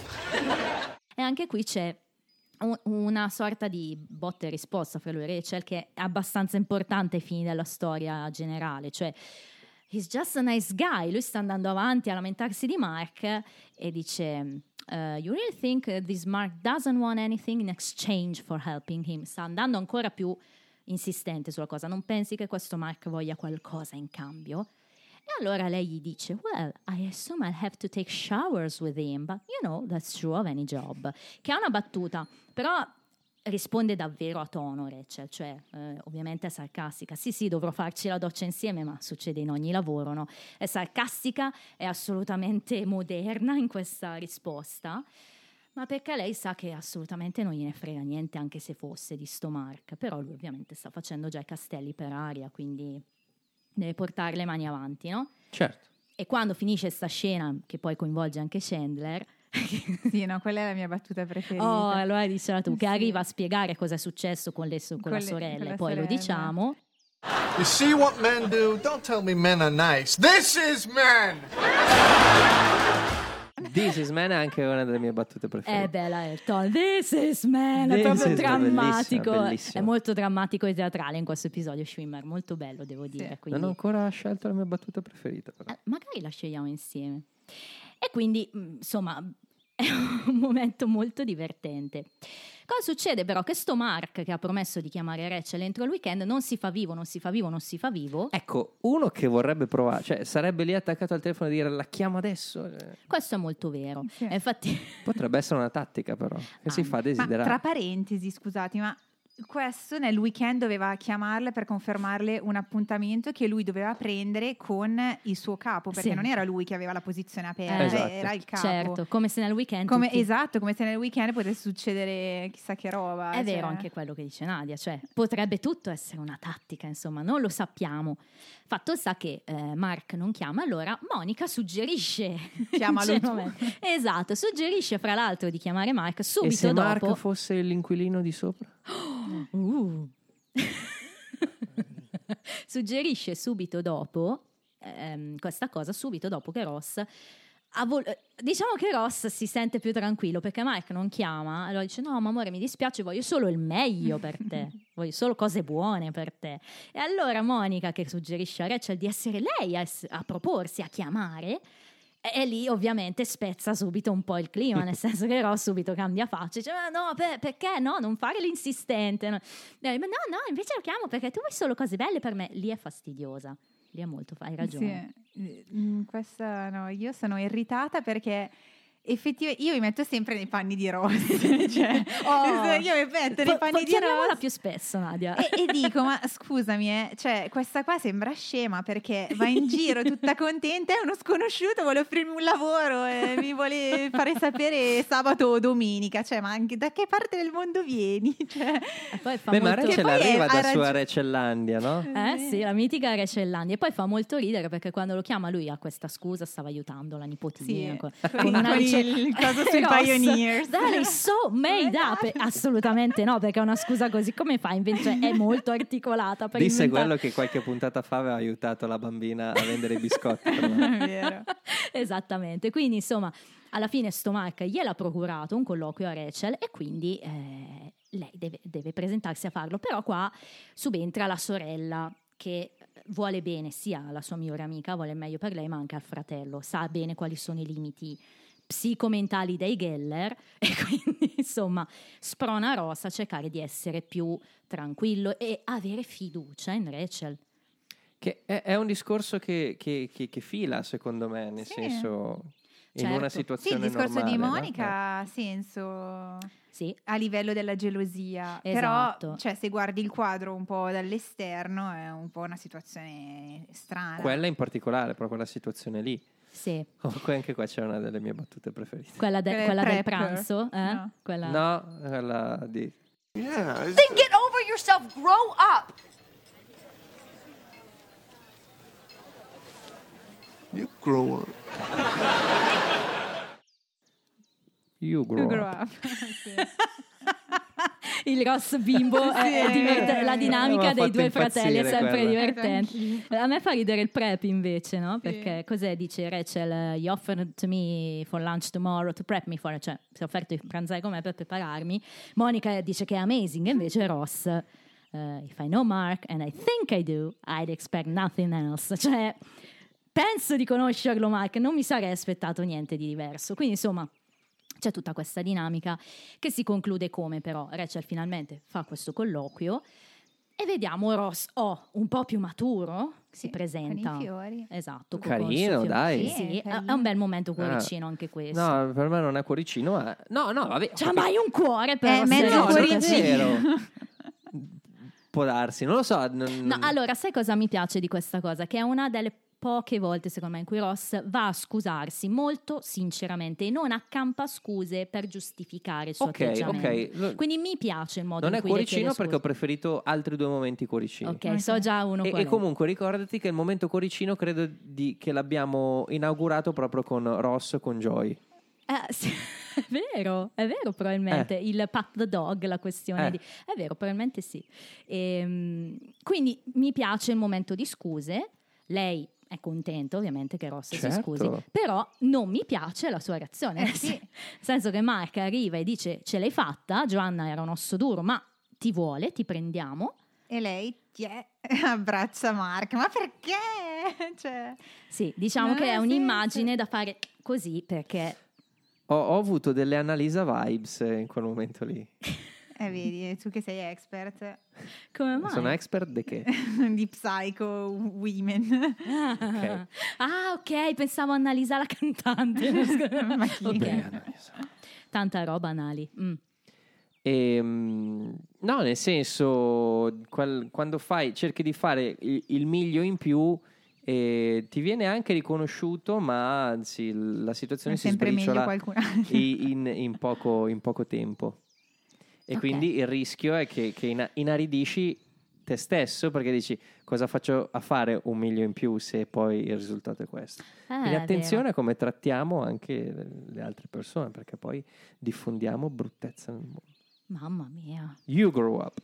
e anche qui c'è un- una sorta di botta e risposta fra lui e Rachel che è abbastanza importante ai fini della storia generale, cioè he's just a nice guy, lui sta andando avanti a lamentarsi di Mark e dice uh, you really think uh, this Mark doesn't want anything in exchange for helping him? Sta andando ancora più insistente sulla cosa, non pensi che questo Mark voglia qualcosa in cambio? E allora lei gli dice, well, I assume I'll have to take showers with him, but you know, that's true of any job. Che è una battuta, però risponde davvero a tono Rachel, cioè eh, ovviamente è sarcastica. Sì, sì, dovrò farci la doccia insieme, ma succede in ogni lavoro, no? È sarcastica, è assolutamente moderna in questa risposta, ma perché lei sa che assolutamente non gliene frega niente, anche se fosse di sto Mark. Però lui ovviamente sta facendo già i castelli per aria, quindi deve portare le mani avanti, no? Certo. E quando finisce sta scena, che poi coinvolge anche Chandler, Sì, no, quella è la mia battuta preferita. oh, allora dicela tu, che Sì. arriva a spiegare cosa è successo con, le so- con Con la le- sorella, con la e poi lo sorella. diciamo. You see what men do? Don't tell me men are nice. This is men! This is Man è anche una delle mie battute È preferite. bella Elton, this is man, è This proprio is drammatico, bellissima, bellissima. è molto drammatico e teatrale in questo episodio Schwimmer, molto bello devo dire. Quindi... Non ho ancora scelto la mia battuta preferita, però. Eh, magari la scegliamo insieme. E quindi, mh, insomma, è un momento molto divertente. Cosa succede però? Che sto Mark, che ha promesso di chiamare Rachel entro il weekend, non si fa vivo, non si fa vivo, non si fa vivo. Ecco, uno che vorrebbe provare, cioè sarebbe lì attaccato al telefono e dire la chiamo adesso. Eh, Questo è molto vero. Sì. E infatti, Potrebbe essere una tattica, però, che si Ah, fa Ma desiderare. tra parentesi, scusati, ma questo nel weekend doveva chiamarle per confermarle un appuntamento che lui doveva prendere con il suo capo, perché Sì. non era lui che aveva la posizione aperta, Eh, esatto. era il capo. Certo, come se nel weekend Come- tutti- esatto, come se nel weekend potesse succedere chissà che roba. È cioè. vero anche quello che dice Nadia, cioè potrebbe tutto essere una tattica, insomma, non lo sappiamo. Fatto sta che eh, Mark non chiama, allora Monica suggerisce, Chiamalo tu. ingenuamente- esatto, suggerisce fra l'altro di chiamare Mark E subito se dopo. Mark fosse l'inquilino di sopra? Uh. Suggerisce subito dopo ehm, questa cosa, subito dopo che Ross ha vol- eh, diciamo che Ross si sente più tranquillo perché Mike non chiama, allora dice no ma amore mi dispiace, voglio solo il meglio per te, voglio solo cose buone per te. E allora Monica, che suggerisce a Rachel di essere lei a, ess- a proporsi, a chiamare, e, e lì ovviamente spezza subito un po' il clima, nel senso che Ross subito cambia faccia, dice ma no per- perché no, non fare l'insistente, no. Eh, ma no no invece lo chiamo perché tu vuoi solo cose belle per me. Lì è fastidiosa, lì è molto, hai ragione. Sì. Mm, questa no, io sono irritata perché effettivamente io mi metto sempre nei panni di Ross. Cioè, Oh. io mi metto nei Po- panni po- di chiamiamola Ross più spesso Nadia. e, e dico ma scusami eh, cioè questa qua sembra scema perché va in giro tutta contenta, è uno sconosciuto, vuole offrirmi un lavoro e mi vuole fare sapere sabato o domenica, cioè ma anche da che parte del mondo vieni? Cioè, E poi fa Beh, ma molto... Rachel poi è- arriva ha da sua ragione. Recellandia, no? Eh sì, la mitica Recellandia. E poi fa molto ridere perché quando lo chiama lui ha questa scusa, stava aiutando la nipotina Sì, con, con- con una con rice- il coso sui Ross, Pioneers. That is so made up. E assolutamente no, perché è una scusa così come fa invece è molto articolata per Disse inventare- quello che qualche puntata fa aveva aiutato la bambina a vendere i biscotti. tra l'altro. è vero. Esattamente, quindi insomma alla fine sto Mark gliel'ha procurato un colloquio a Rachel e quindi eh, lei deve, deve presentarsi a farlo, però qua subentra la sorella che vuole bene sia alla sua migliore amica, vuole il meglio per lei ma anche al fratello, sa bene quali sono i limiti psicomentali dei Geller e quindi insomma sprona Ross a cercare di essere più tranquillo e avere fiducia in Rachel. Che è, è un discorso che, che- che- che fila, secondo me, nel Sì. senso, in Certo. una Sì, situazione il discorso normale, di no? Monica ha senso Sì, a livello della gelosia, Esatto. però cioè, se guardi il quadro un po' dall'esterno è un po' una situazione strana. Quella in particolare, proprio la situazione lì. sì. Comunque anche qua c'è una delle mie battute preferite. Quella, de- Quella quella del prepper. pranzo, eh? No. Quella... No, quella di... Yeah. Then get over yourself. Grow up. You grow up. You grow, To grow up. up. Sì. Il Ross bimbo è, è Sì. divert- la dinamica Mi ha dei fatto due fratelli è impazzire sempre quella. divertente. A me fa ridere il prep invece, no? Sì. Perché cos'è? Dice Rachel, you offered to me for lunch tomorrow to prep me for, cioè si è offerto di pranzare con me per prepararmi. Monica dice che è amazing, e invece Ross, uh, if I know Mark and I think I do, I'd expect nothing else. Cioè, penso di conoscerlo Mark, non mi sarei aspettato niente di diverso. Quindi insomma c'è tutta questa dinamica che si conclude come però Rachel finalmente fa questo colloquio e vediamo Ross oh, un po' più maturo, si Sì, presenta. con i fiori. Esatto. con- Carino, con il suo fiore. dai. Sì, Sì, è, carino. è un bel momento cuoricino anche questo. No, per me non è cuoricino, ma... No, no, vabbè. C'ha mai un cuore però. Eh, se- mezzo no, non è cuoricino. vero. Può darsi, non lo so. non- No, allora, sai cosa mi piace di questa cosa? Che è una delle poche volte, secondo me, in cui Ross va a scusarsi molto sinceramente e non accampa scuse per giustificare il suo Ok, atteggiamento. ok. Lo- Quindi mi piace il modo Non in è cui le cuoricino chiede perché ho scusa. preferito altri due momenti cuoricini. Ok, so già uno E, qual e è. comunque ricordati che il momento cuoricino credo di- che l'abbiamo inaugurato proprio con Ross, con Joy. Eh, sì, è vero, è vero probabilmente, il pat the dog, la questione Eh. di... È vero, probabilmente sì. Ehm, quindi mi piace il momento di scuse, lei è contenta ovviamente che Ross si Certo. scusi, però non mi piace la sua reazione, Eh, sì. nel senso che Mark arriva e dice ce l'hai fatta, Joanna era un osso duro ma ti vuole, ti prendiamo. E lei tiè, abbraccia Mark, ma perché? Cioè, Sì, diciamo Non che ha è senso. un'immagine da fare così perché... Ho, ho avuto delle Annalisa vibes eh, in quel momento lì. eh, vedi, tu che sei expert Come mai? Sono expert di che? di psycho women. Ah, ah, ok, pensavo a Annalisa la cantante. Ma chi? Ok. Beh, Annalisa. Tanta roba, Nali. Mm. E, mm, No, nel senso, qual- quando fai, cerchi di fare il, il miglio in più, e ti viene anche riconosciuto, ma anzi la situazione È si sempre meglio sbriciola qualcun altro. i- in, in poco, in poco tempo. E Ok. quindi il rischio è che, che ina- inaridisci te stesso, perché dici cosa faccio a fare un miglio in più se poi il risultato è questo. Eh, Quindi è attenzione vero. a come trattiamo anche le- le altre persone, perché poi diffondiamo bruttezza nel mondo. Mamma mia. You grow up.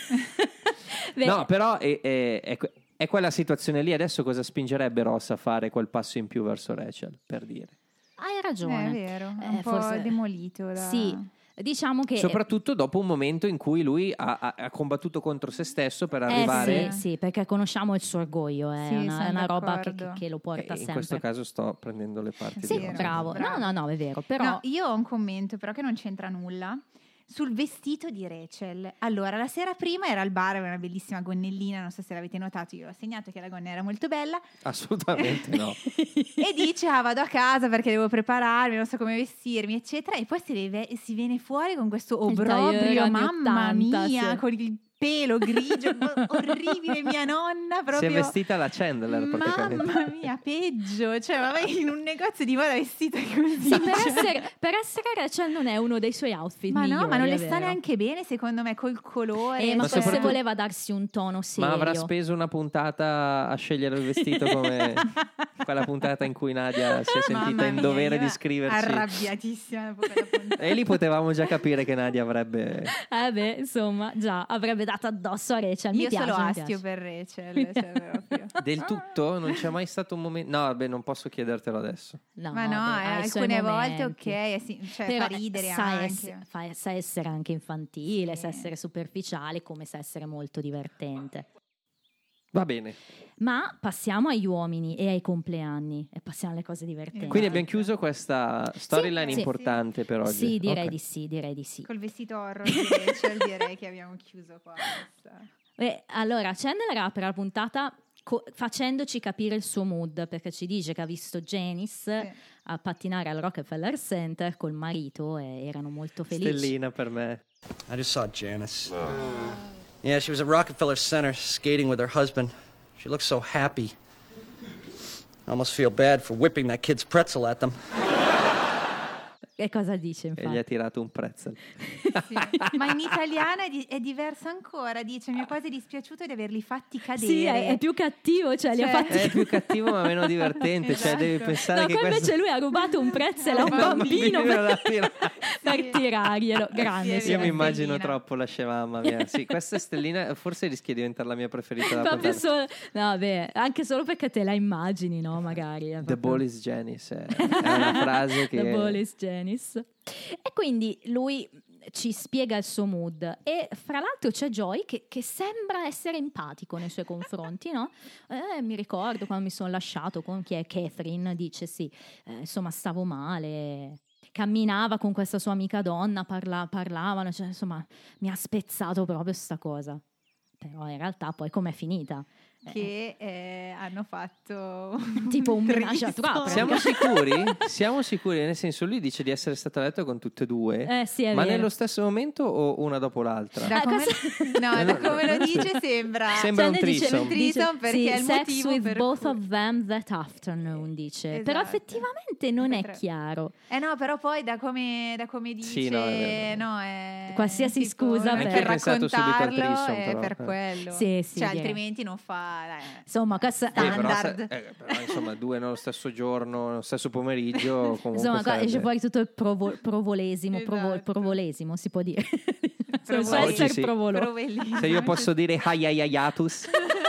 Beh, No, però è, è- è que- è quella situazione lì. Adesso cosa spingerebbe Ross a fare quel passo in più verso Rachel, per dire? hai Eh, ragione. è vero, è Eh, un po' forse- demolito. Da... Sì, diciamo che... Soprattutto dopo un momento in cui lui ha, ha- ha combattuto contro se stesso per Eh, arrivare. sì, sì, perché conosciamo il suo orgoglio, è Sì, una, sono è una roba che, d'accordo. che- che lo E porta in sempre. questo caso sto prendendo le parti Sì, di Ross. bravo. Bravo. No, no, no, è vero, però... No, io ho un commento però che non c'entra nulla sul vestito di Rachel. Allora, la sera prima era al bar, aveva una bellissima gonnellina, non so se l'avete notato, io ho segnato che la gonna era molto bella Assolutamente no. e dice ah vado a casa perché devo prepararmi, non so come vestirmi eccetera, e poi si, deve- si viene fuori con questo Il tailleur obrobrio, anni mamma ottanta, mia, sì. con il pelo grigio orribile, mia nonna Si proprio è vestita la Chandler praticamente. mamma mia, peggio, cioè ma vai in un negozio di moda vestita così. Sì, per Cioè- essere, per essere Rachel non è uno dei suoi outfit ma no, migliori, ma non le è sta vero. neanche bene secondo me col colore. Eh, ma Ma forse soprattutto- voleva darsi un tono serio. Ma avrà speso una puntata a scegliere il vestito come quella puntata in cui Nadia si è sentita Mamma in mia, dovere io di scriverci. arrabbiatissima dopo quella puntata. E lì potevamo già capire che Nadia avrebbe. Eh beh, insomma, già, avrebbe dato addosso a Rachel. Mi Io piace, solo mi astio piace. per Rachel, cioè proprio. Del tutto? Non c'è mai stato un momento. No, vabbè, non posso chiedertelo adesso. No, Ma no, vabbè, eh, ha i suoi alcune volte momenti. ok, eh sì, cioè Però, fa ridere sa, anche. ess- fa- sa essere anche infantile, Sì. sa essere superficiale, come sa essere molto divertente. Va bene. Ma passiamo agli uomini e ai compleanni e passiamo alle cose divertenti. Quindi abbiamo chiuso questa storyline Sì, importante per oggi. Sì, direi Ok. di sì, direi di sì. Col vestito horror di Rachel direi che abbiamo chiuso qua questa. Beh, allora, Chandler apre la puntata co- facendoci capire il suo mood, perché ci dice che ha visto Janice Sì. a pattinare al Rockefeller Center col marito e erano molto felici. Stellina per me. I just saw Janice. Yeah, she was at Rockefeller Center skating with her husband. She looked so happy. I almost feel bad for whipping that kid's pretzel at them. Che cosa dice, E gli infatti? ha tirato un pretzel. Sì. Ma in italiano è, di- è diverso ancora, dice mi è quasi dispiaciuto di averli fatti cadere. Sì, è, è più cattivo, cioè, li ha Cioè- fatti... È più cattivo ma meno divertente. Cioè, Esatto. devi pensare No, che qua invece questo. lui ha rubato un pretzel a un Un bambino bambino per, da tirare. per tirarglielo. Grande, Sì, sì. Io mi Stellina. immagino troppo la scema, mamma mia. Sì, questa Stellina forse rischia di diventare la mia preferita da Proprio puntata. solo, no, beh, anche solo perché te la immagini, no? Magari. è The proprio- ball is Janice. È, è una frase che. The ball is Janice. E quindi lui ci spiega il suo mood e fra l'altro c'è Joy che, che sembra essere empatico nei suoi confronti, no? Eh, mi ricordo quando mi sono lasciato con chi è Catherine, dice sì, eh, insomma stavo male, camminava con questa sua amica donna, parla- parlavano, cioè, insomma mi ha spezzato proprio sta cosa, però in realtà poi com'è finita? Che eh, hanno fatto Tipo un tristo. menage à trois, Siamo sicuri? Siamo sicuri? Nel senso, lui dice di essere stato a letto con tutte e due, Eh sì, è ma vero. nello stesso momento o una dopo l'altra? Da Ah, come, cosa- no, da come lo dice sembra Sembra un Cioè, ne dice- threesome. un threesome perché sì, è il sex motivo with per both cui- of them that afternoon, dice. Però Esatto. effettivamente non è Potre- chiaro. Eh no, però poi da come, da come dice, Sì, no, è vero. no, è Qualsiasi tipo, scusa non è per- per Anch'io ho pensato subito al raccontarlo, threesome, è però, per eh. quello. Sì, sì, cioè, direi. altrimenti non fa dai. Insomma, questo Sì, però, se- standard. eh, però, insomma, due nello stesso giorno, nello stesso pomeriggio. Comunque Insomma, qua sarebbe- esce fuori tutto il provo- provolesimo, provo- Esatto. provolesimo, si può dire. Provolesimo. Cioè, essere Oggi sì. provolo. Provellissimo. Se io posso dire Hayayayatus,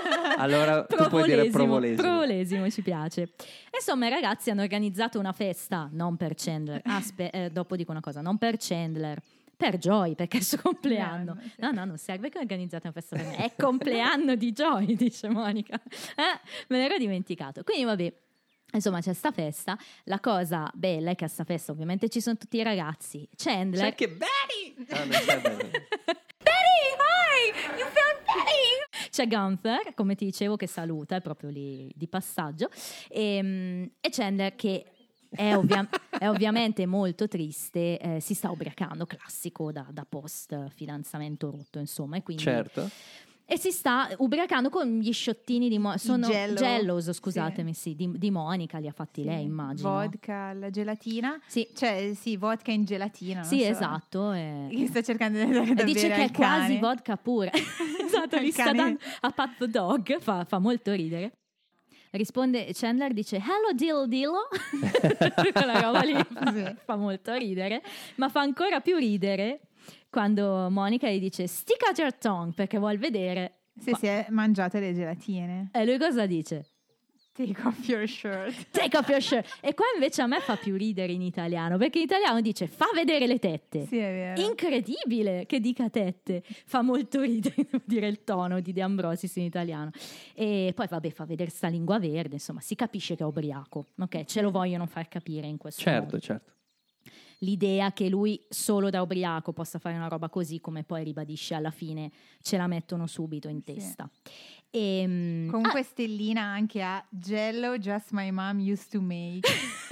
allora tu puoi dire provolesimo. provolesimo, ci piace. Insomma, i ragazzi hanno organizzato una festa, non per Chandler. Aspe- eh, dopo dico una cosa, non per Chandler, per Joy, perché è il suo compleanno. Sì. No, no, non serve che organizzate una festa per me. È compleanno di Joy, dice Monica. Eh, me l'ero dimenticato. Quindi, vabbè. Insomma, c'è sta festa. La cosa bella è che a sta festa ovviamente ci sono tutti i ragazzi. Chandler. C'è che Betty! Ah, non c'è Betty. Betty, hi! You found Betty! C'è Gunther, come ti dicevo, che saluta, è proprio lì di passaggio. E, e Chandler che è ovviamente... è ovviamente molto triste, eh, si sta ubriacando, classico da, da post fidanzamento rotto, insomma, e quindi Certo. e si sta ubriacando con gli sciottini di Mo- sono Jello. Jellos, scusatemi, sì, di, di Monica, li ha fatti Sì. lei, immagino. Vodka, la gelatina. Sì. Cioè, sì, vodka in gelatina. non Sì, so. esatto. E... Che sta cercando di dare da e dice bere che al è quasi cane. vodka pure. Esatto, Al gli sta cane. dando a Pat the Dog, fa, fa molto ridere. Risponde Chandler, dice hello Dillo Dillo, quella roba lì fa, Sì. fa molto ridere, ma fa ancora più ridere quando Monica gli dice stick out your tongue, perché vuol vedere. Se si è mangiate le gelatine. E lui cosa dice? Take off your shirt. Take off your shirt. E qua invece a me fa più ridere in italiano, perché in italiano dice fa vedere le tette. Sì, è vero. Incredibile che dica tette, fa molto ridere, devo dire, il tono di De Ambrosis in italiano. E poi vabbè, fa vedere sta lingua verde, insomma si capisce che è ubriaco, ok? Ce lo vogliono far capire in questo Certo, modo. certo. L'idea che lui solo da ubriaco possa fare una roba così, come poi ribadisce alla fine, ce la mettono subito in Sì. testa. E, Comunque stellina anche a Jello just my mom used to make.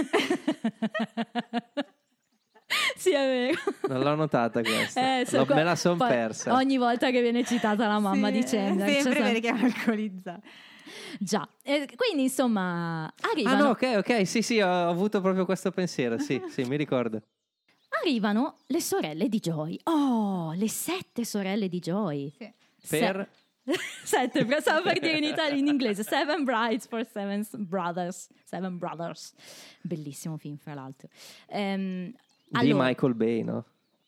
sì, è vero. Non l'ho notata questa. Eh, so- L'ho- me la son poi persa. Ogni volta che viene citata la mamma Sì, di Chandler. c'è sempre sem- perché è alcolizzata. Già, e quindi insomma Ah arrivano, no, ok, ok, sì, sì, ho avuto proprio questo pensiero, sì, sì, mi ricordo. arrivano le sorelle di Joy. Oh, le sette sorelle di Joy. Sì. Per... Se- sette, però stavo per dire in, Italia, in inglese. Seven brides for seven brothers. Seven brothers. Bellissimo film, fra l'altro. Ehm, Di allora- Michael Bay, no?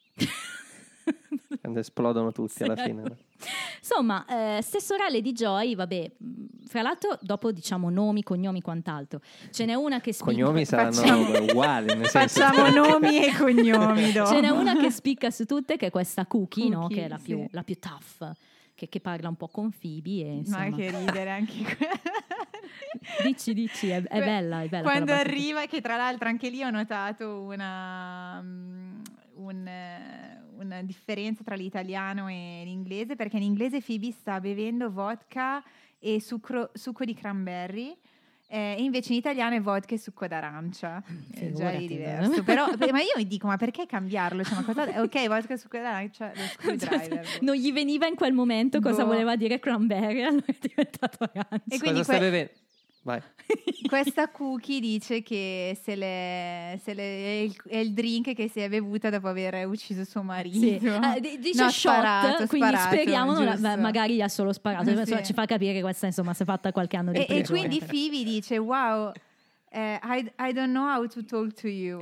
Quando esplodono tutti alla Sì. fine. no? Insomma, eh, ste sorelle di Joy, vabbè, mh, fra l'altro dopo diciamo nomi, cognomi, quant'altro. Ce n'è una che spicca. Cognomi saranno Facciamo- uguali, nel senso... Facciamo nomi e cognomi dopo. Ce n'è una che spicca su tutte, che è questa Cookie, no? Cookie, Che è la più, sì. la più tough, che, che parla un po' con Phoebe. E, insomma, Ma che ridere anche que- dici, dici, è, è bella, è bella. Quando quella battuta. arriva, che tra l'altro anche lì ho notato una, mm, un, eh, una differenza tra l'italiano e l'inglese, perché in inglese Phoebe sta bevendo vodka e sucro- succo di cranberry. Eh, e invece in italiano è vodka e succo d'arancia. È già Figurati, lì diverso. Però, ma io mi dico, ma perché cambiarlo? Cioè, ma cosa, ok, vodka e succo d'arancia, lo screwdriver. Non gli veniva in quel momento cosa Boh. voleva dire cranberry, allora è diventato arancia. E quindi Cosa stai que- bevendo? Vai. Questa Cookie dice che se le, se le- è, il, è il drink che si è bevuta dopo aver ucciso suo marito. Sì. Eh, d- dice No, shot, sparato, quindi sparato, speriamo non- giusto. beh, magari gli ha solo sparato. Sì. Insomma, ci fa capire che questa insomma si è fatta qualche anno di E, e prigione. quindi però. Phoebe dice wow, eh, I, I don't know how to talk to you.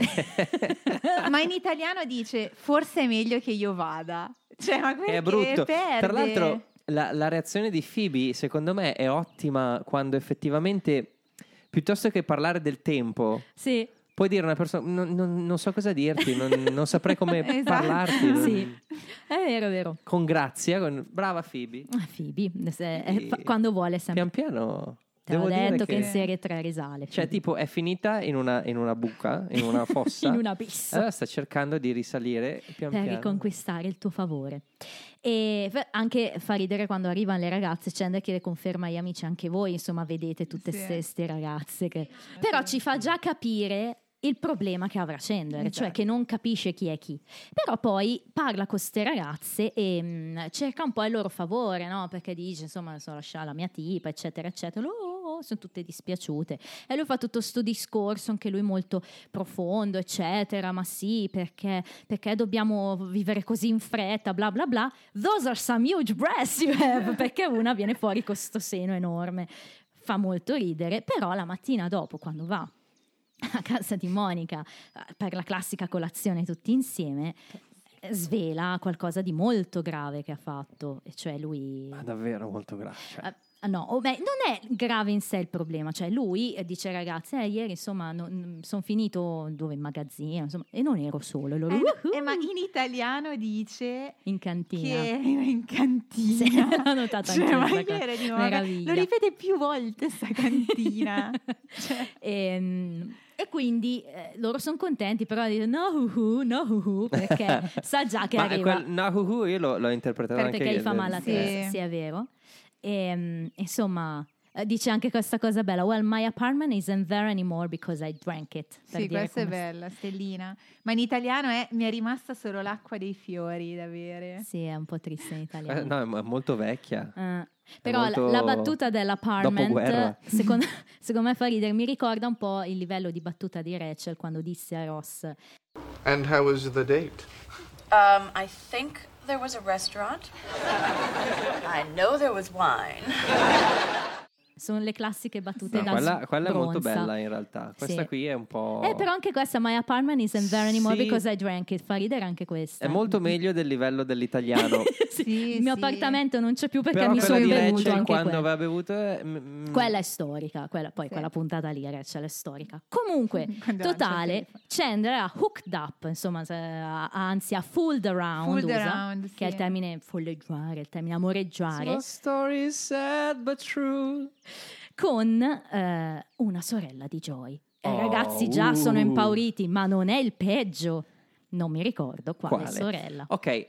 Ma in italiano dice forse è meglio che io vada. Cioè, ma Che è perché brutto. perde? Tra l'altro, la, la reazione di Phoebe, secondo me, è ottima quando effettivamente, piuttosto che parlare del tempo, Sì. puoi dire a una persona: non, non- non so cosa dirti, non, non saprei come Esatto. parlarti. non- Sì, è vero, è vero. Con grazia, con- brava Phoebe. Ah, Phoebe, se- Sì. eh, fa- quando vuole sempre. Pian piano. Te l'ho devo dire detto che... che, in serie tre risale. cioè, Phoebe. tipo, è finita in una, in una buca, in una fossa. in una pista. Allora sta cercando di risalire pian Per piano. riconquistare il tuo favore. E f- anche fa ridere quando arrivano le ragazze, Chandler chiede conferma agli amici, anche voi insomma vedete tutte Sì. queste ragazze che... però ci fa già capire il problema che avrà Chandler, cioè Esatto. che non capisce chi è chi, però poi parla con queste ragazze e mh, cerca un po' il loro favore, no? Perché dice insomma sono lasciata la mia tipa eccetera eccetera. Oh, oh, sono tutte dispiaciute e lui fa tutto sto discorso anche lui molto profondo eccetera, ma sì perché, perché dobbiamo vivere così in fretta bla bla bla. Those are some huge breasts you have, perché una viene fuori con sto seno enorme, fa molto ridere. Però la mattina dopo quando va a casa di Monica eh, per la classica colazione tutti insieme, eh, svela qualcosa di molto grave che ha fatto, e cioè lui Ma davvero molto grave. cioè. eh, no, oh, beh, non è grave in sé il problema, cioè lui eh, dice ragazzi eh, ieri insomma sono finito dove in magazzino insomma, e non ero solo, e loro, Eh, no, "Woohoo!" eh, ma in italiano dice in cantina. che è in cantina. Sì, l'ho notato Cioè, anch'io ma questa che cosa. era di nuovo? Meraviglia. Lo ripete più volte sta cantina. Cioè, Ehm, E quindi eh, loro sono contenti, però dicono no uhu, no uhu, perché sa già che Ma arriva. quel Nahuhu io l'ho, l'ho interpretato perché anche gli fa male la Sì. testa, sì è vero. E, insomma, Eh, dice anche questa cosa bella: well, my apartment isn't there anymore because I drank it. Per Sì, dire questa è come- bella, stellina. Ma in italiano è mi è rimasta solo l'acqua dei fiori da bere. Sì, è un po' triste in Eh, italiano. no, è mo- è molto vecchia. Eh, però molto la, la battuta dell'apartment dopoguerra. secondo, secondo me fa ridere, mi ricorda un po' il livello di battuta di Rachel quando disse a Ross: And how was the date? Um, I think there was a restaurant. I know there was wine. sono le classiche battute No, da quella, quella è molto sbronza. bella in realtà. Questa Sì. qui è un po'. Eh, però anche questa, my apartment isn't there anymore Sì. because I drank it, fa ridere anche questa. È molto meglio del livello dell'italiano. Sì, Sì, il mio sì. appartamento non c'è più perché Però mi quella sono di bevuto Rachel anche quando quella. aveva bevuto è, mm, mm, Quella è storica, quella, poi Sì. quella puntata lì, Rachel, è storica. Comunque, Quando totale, lancia il Chandler ha hooked up, insomma, se- ha- anzi ha fooled around, Fooled usa, around, che è il sì. termine folleggiare, il termine amoreggiare, The story is sad but true. con eh, una sorella di Joy. E i Oh, ragazzi già uh. sono impauriti, ma non è il peggio. Non mi ricordo quale, Quale? sorella. Ok.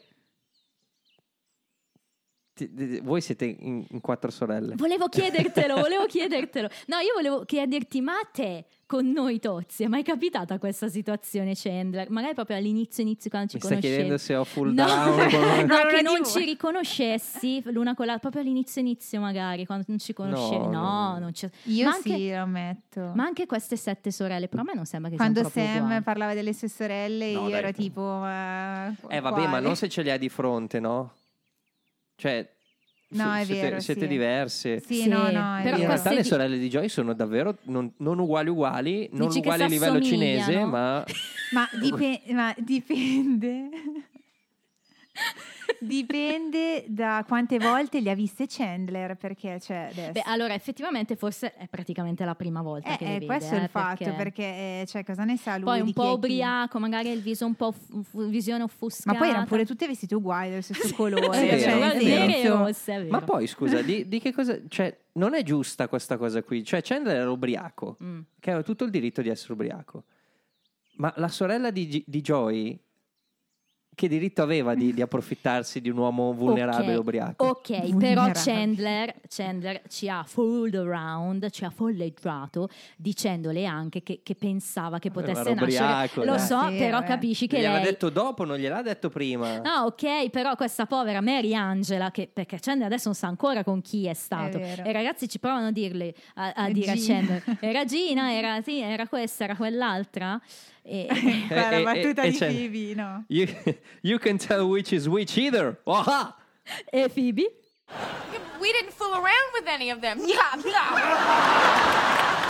Ti- di- Voi siete in, in quattro sorelle. Volevo chiedertelo, volevo chiedertelo. No, io volevo chiederti, ma a te, con noi Tozzi, è mai capitata questa situazione, Chandler? Magari proprio all'inizio, inizio, quando ci Mi stai conoscevi. chiedendo se ho full No, down con- no, che Non non di ci voi. riconoscessi l'una con l'altra, proprio all'inizio, inizio magari, quando non ci conoscevi. No, No, no, no. non c'è. Io ma anche, sì, lo ammetto. ma anche queste sette sorelle, però a me non sembra che Quando siano proprio Sam uguali. parlava delle sue sorelle, No, io dai. ero tipo. ma Eh vabbè, ma quale? non se ce li hai di fronte, no? Cioè, No, su- è siete, vero, siete sì. diverse. Sì, Sì, no, no. è però In vero. realtà queste le di- sorelle di Joy sono davvero non, non uguali uguali, non Dici che uguali a si livello cinese, assomigliano? ma Ma, dipe- ma dipende. Dipende da quante volte le ha viste Chandler, perché cioè adesso. Beh, allora effettivamente forse è praticamente la prima volta Eh, che eh, le vede. questo è eh, il fatto, perché, eh, cioè, cosa ne sa lui poi di un chi po' è chi? ubriaco, magari il viso un po' fu- fu- visione offuscata. Ma poi erano pure tutte vestite uguali, dello stesso colore. Sì, cioè, è nel vero. nere e senso- rosse, è vero. Ma poi scusa, di, di che cosa. Cioè, non è giusta questa cosa qui. Cioè, Chandler era ubriaco, Mm. che aveva tutto il diritto di essere ubriaco. Ma la sorella di, Gi- di Joy, che diritto aveva di, di approfittarsi di un uomo vulnerabile Ok, ubriaco? Ok, però Vulnerabile. Chandler, Chandler ci ha fooled around, ci ha folleggiato dicendole anche che, che pensava che potesse era nascere. ubriaco, Lo dai. so, Sì, però vabbè. capisci che Gliel'aveva lei... detto dopo, non gliel'ha detto prima. No, ok, però questa povera Mary Angela, che, perché Chandler adesso non sa ancora con chi è stato, È vero. e i ragazzi ci provano a dirle, a, a È dire a Gina. Chandler, era Gina, era, sì, era questa, era quell'altra, e, Quella E- e- battuta e- e di c'è- Phoebe, no? You, you can tell which is which either. Ah! e Phoebe? We didn't fool around with any of them. Yeah, yeah.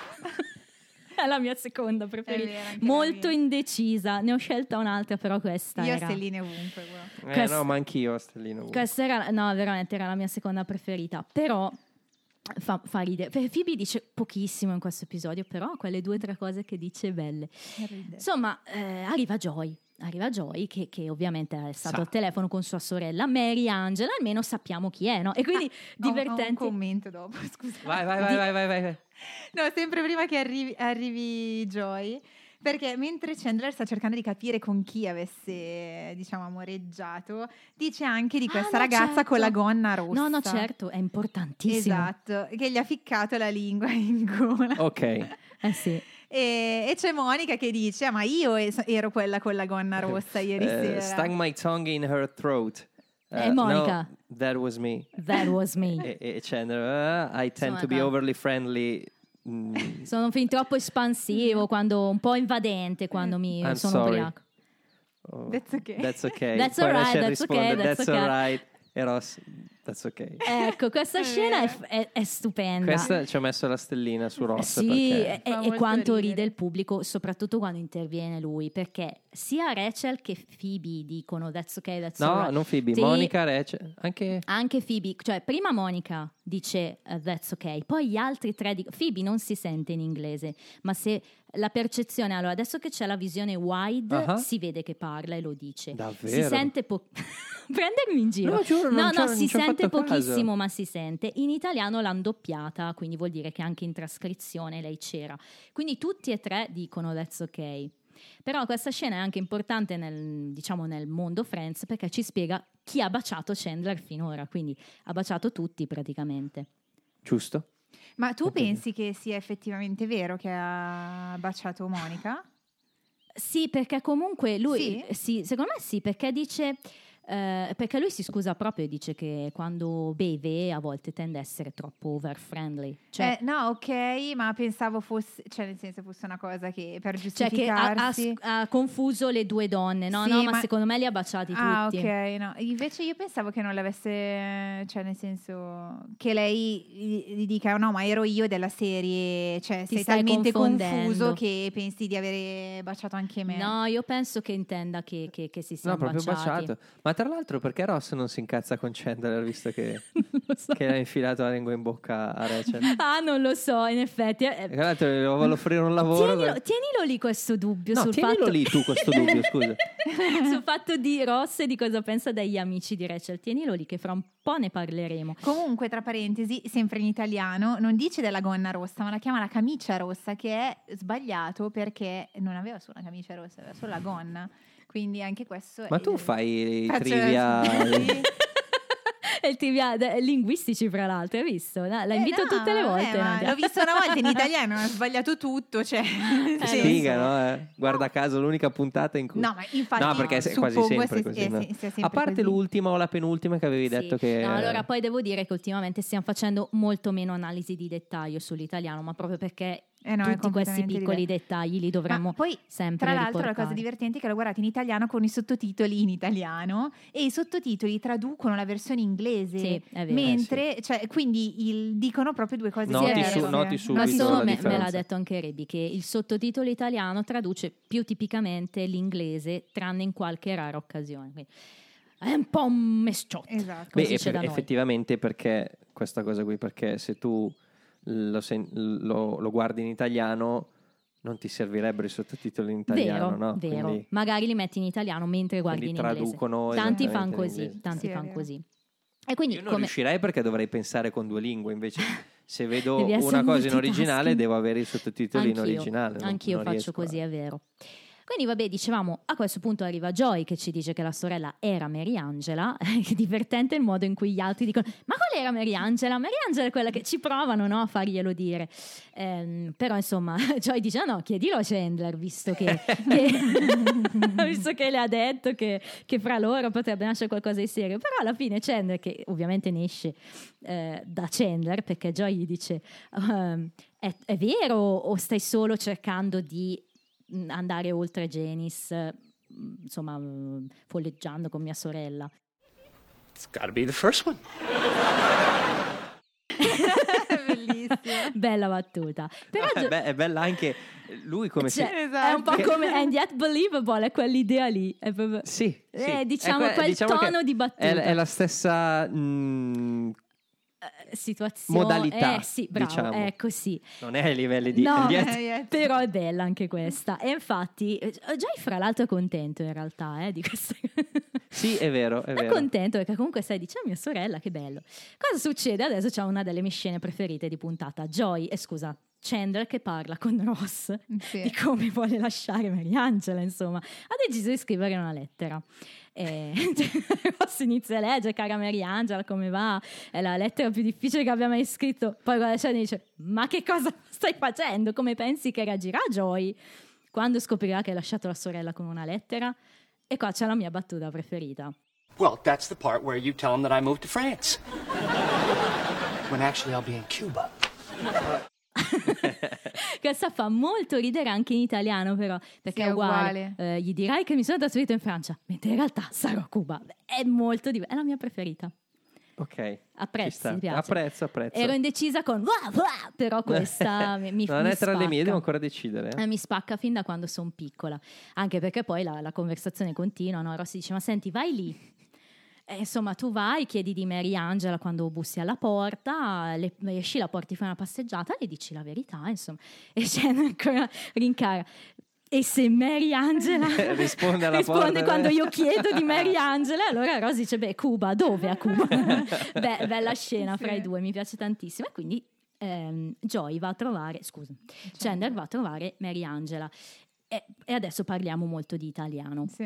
È la mia seconda preferita, È vero, anche la molto mia. indecisa, ne ho scelta un'altra, però questa Io era... stelline ovunque. guarda. Eh Questa- no, ma anch'io a Stellino. Questa era, no, veramente era la mia seconda preferita. Però fa, fa ridere. Perché Phoebe dice pochissimo in questo episodio, però quelle due o tre cose che dice belle. Insomma, eh, arriva Joy. Arriva Joy, che, che ovviamente è stato Sa. al telefono con sua sorella Mary Angela, almeno sappiamo chi è, no? E quindi Ho- Ho un divertenti. commento dopo, scusa. Vai, vai, vai, vai, vai, vai. No, sempre prima che arrivi, arrivi Joy, perché mentre Chandler sta cercando di capire con chi avesse, diciamo, amoreggiato, dice anche di questa Ah, no, ragazza certo. con la gonna rossa. No, no, certo, è importantissimo. Esatto, che gli ha ficcato la lingua in gola. Ok. Eh sì. E, e c'è Monica che dice, ah, ma io es- ero quella con la gonna rossa ieri Eh, sera. Stuck my tongue in her throat. Eh, Uh, Monica. No, that was me. That was me. E, e Chandler, uh, I tend Insomma, to be no. overly friendly. Mm, Sono fin troppo espansivo, quando un po' invadente quando mi I'm sono sorry. ubriaco. oh, That's okay. That's okay. That's Poi alright, Rachel that's risponde, okay, that's that's okay." alright. E Ross, that's okay. Ecco, questa È scena è, vero. è- è stupenda. Questa ci ho messo la stellina su Ross. Sì, perché... e, Fa e molto quanto ridere. ride il pubblico, soprattutto quando interviene lui, perché sia Rachel che Phoebe dicono that's okay, that's No, alright. non Phoebe, Sì, Monica, Rachel, anche... anche Phoebe, cioè prima Monica dice uh, that's okay, poi gli altri tre dicono, Phoebe non si sente in inglese, ma se la percezione, allora adesso che c'è la visione wide, Ah. si vede che parla e lo dice. Davvero? Si sente po- prendermi in giro. No, giuro, non no, ci ho- no, non si ci ho sente fatto caso. pochissimo, ma si sente. In italiano l'hanno doppiata, quindi vuol dire che anche in trascrizione lei c'era. Quindi tutti e tre dicono that's okay. Però questa scena è anche importante nel, diciamo, nel mondo Friends, perché ci spiega chi ha baciato Chandler finora, quindi ha baciato tutti praticamente. Giusto? Ma tu pensi che sia effettivamente vero che ha baciato Monica? Sì, perché comunque lui, Sì? sì, secondo me sì, perché dice, eh, perché lui si scusa proprio e dice che quando beve a volte tende a essere troppo over friendly. Cioè, Eh, no, ok, ma pensavo fosse, cioè nel senso fosse una cosa che per cioè che ha, ha, giustificarsi. ha confuso le due donne, no? Sì, no, ma, ma- secondo me li ha baciati Ah, tutti. ok, no. Invece io pensavo che non l'avesse, cioè nel senso che lei gli gli dica no, ma ero io della serie, cioè Ti sei stai talmente confondendo. confuso che pensi di avere baciato anche me. No, io penso che intenda che, che, che si siano No, proprio baciati. baciato. Ma tra l'altro perché Ross non si incazza con Chandler visto che, Lo so. che ha infilato la lingua in bocca a Rachel? Ah, non lo so, in effetti. eh, E tra l'altro gli volevo offrire un lavoro. Tienilo, tienilo lì questo dubbio No, sul tienilo fatto lì tu questo dubbio, scusa. sul fatto di Ross e di cosa pensa degli amici di Rachel. Tienilo lì che fra un po' ne parleremo. Comunque, tra parentesi, sempre in italiano, non dice della gonna rossa, ma la chiama la camicia rossa, che è sbagliato perché non aveva solo la camicia rossa, aveva solo la gonna. Quindi anche questo Ma è... tu fai i Faccio- trivia. Sì. E il trivia de- linguistici, fra l'altro, hai visto? No, la Eh, invito no, tutte le vabbè, volte. ma Nadia. l'ho visto una volta in italiano, ho sbagliato tutto, cioè... nel Eh, senso- Sfiga, no? Eh? Guarda caso, l'unica puntata in cui. No, ma infatti No, perché è quasi suppongo sempre sia- così. eh, no? sì, sia sempre A parte così. l'ultima o la penultima che avevi Sì. detto che. No, allora poi devo dire che ultimamente stiamo facendo molto meno analisi di dettaglio sull'italiano, ma proprio perché Eh no, è tutti questi completamente piccoli diverso. dettagli li dovremmo Ma poi, sempre tra l'altro, la riportare. cosa divertente è che l'ho guardato in italiano con i sottotitoli in italiano e i sottotitoli traducono la versione inglese. Sì, è vero. Mentre, cioè, quindi il- dicono proprio due cose Noti diverse. su- noti Ma subito solo la me, me differenza. l'ha detto anche Rebi che il sottotitolo italiano traduce più tipicamente l'inglese, tranne in qualche rara occasione. Quindi è un po' un mesciotto. Esatto. come Beh, si dice eff- da noi. effettivamente perché questa cosa qui, perché se tu lo, sen- lo- lo guardi in italiano non ti servirebbero i sottotitoli in italiano, Vero, no? vero. Quindi Magari li metti in italiano mentre guardi in quindi inglese. traducono Tanti esattamente fanno in così, inglese. tanti Sì, è fanno vero. così. E quindi io non come riuscirei perché dovrei pensare con due lingue, invece se vedo Devi essere una cosa in multitasking. originale devo avere i sottotitoli in Anch'io, originale. non- anch'io non faccio riesco così, a- è vero. Quindi vabbè, dicevamo, a questo punto arriva Joy che ci dice che la sorella era Mariangela. È divertente il modo in cui gli altri dicono ma qual era Mariangela? Mariangela è quella che ci provano, no, a farglielo dire. Ehm, però insomma Joy dice no, chiedilo a Chandler visto che, che visto che le ha detto che, che fra loro potrebbe nascere qualcosa di serio. Però alla fine Chandler, che ovviamente ne esce eh, da Chandler, perché Joy gli dice ehm, è, è vero o stai solo cercando di mh, andare oltre Janice, mh, insomma, mh, folleggiando con mia sorella. It's gotta be the first one. Bellissimo. Bella battuta. Però È, Gio- be- è bella anche lui come cioè, si. Esatto. è un po' Che- come And Yet Believable, è quell'idea lì. È proprio- Sì, sì. Eh, diciamo È que- quel diciamo che tono di battuta. È, è la stessa mm, eh, situazione. modalità, Eh sì, bravo, diciamo. è così. non è ai livelli di No, Henriette. Eh, però è bella anche questa. E infatti, eh, Joy fra l'altro è contento in realtà eh, di questa Sì, è vero, è È vero. contento perché comunque stai dicendo mia sorella, che bello. Cosa succede? Adesso c'è una delle mie scene preferite di puntata. Joy, e eh, scusa, Chandler che parla con Ross Sì. di come vuole lasciare Mariangela, insomma. Ha deciso di scrivere una lettera. E Ross inizia a leggere, cara Mariangela, come va? È la lettera più difficile che abbia mai scritto. Poi guarda Chandler e dice, ma che cosa stai facendo? Come pensi che reagirà Joy quando scoprirà che hai lasciato la sorella con una lettera? E qua c'è la mia battuta preferita. Well, that's the part where you tell him that I moved to France. When actually I'll be in Cuba. Questa fa molto ridere anche in italiano, però, perché Sì, è è uguale. uguale. Eh, gli dirai che mi sono trasferito in Francia, mentre in realtà sarò a Cuba. È molto diverso, è la mia preferita. Ok. Apprezzi, ci sta. ti piace? Apprezzo, apprezzo. Ero indecisa con "Wah, wah", però questa mi, mi non mi è tra le mie, spacca. devo ancora decidere. Eh, mi spacca fin da quando sono piccola, anche perché poi la, la conversazione continua, no? Rossi dice ma senti vai lì, e insomma tu vai, chiedi di Mariangela quando bussi alla porta, le, esci, la porti, fai una passeggiata, le dici la verità, insomma, e c'è ancora rincara. E se Mariangela Risponde alla risponde porta. quando io chiedo di Mariangela, allora Rosy dice beh Cuba, dove a Cuba? Beh, bella scena fra Sì. i due, mi piace tantissimo. E quindi ehm, Joy va a trovare, scusa, Chandler va a trovare Mariangela. E, e adesso parliamo molto di italiano. Sì.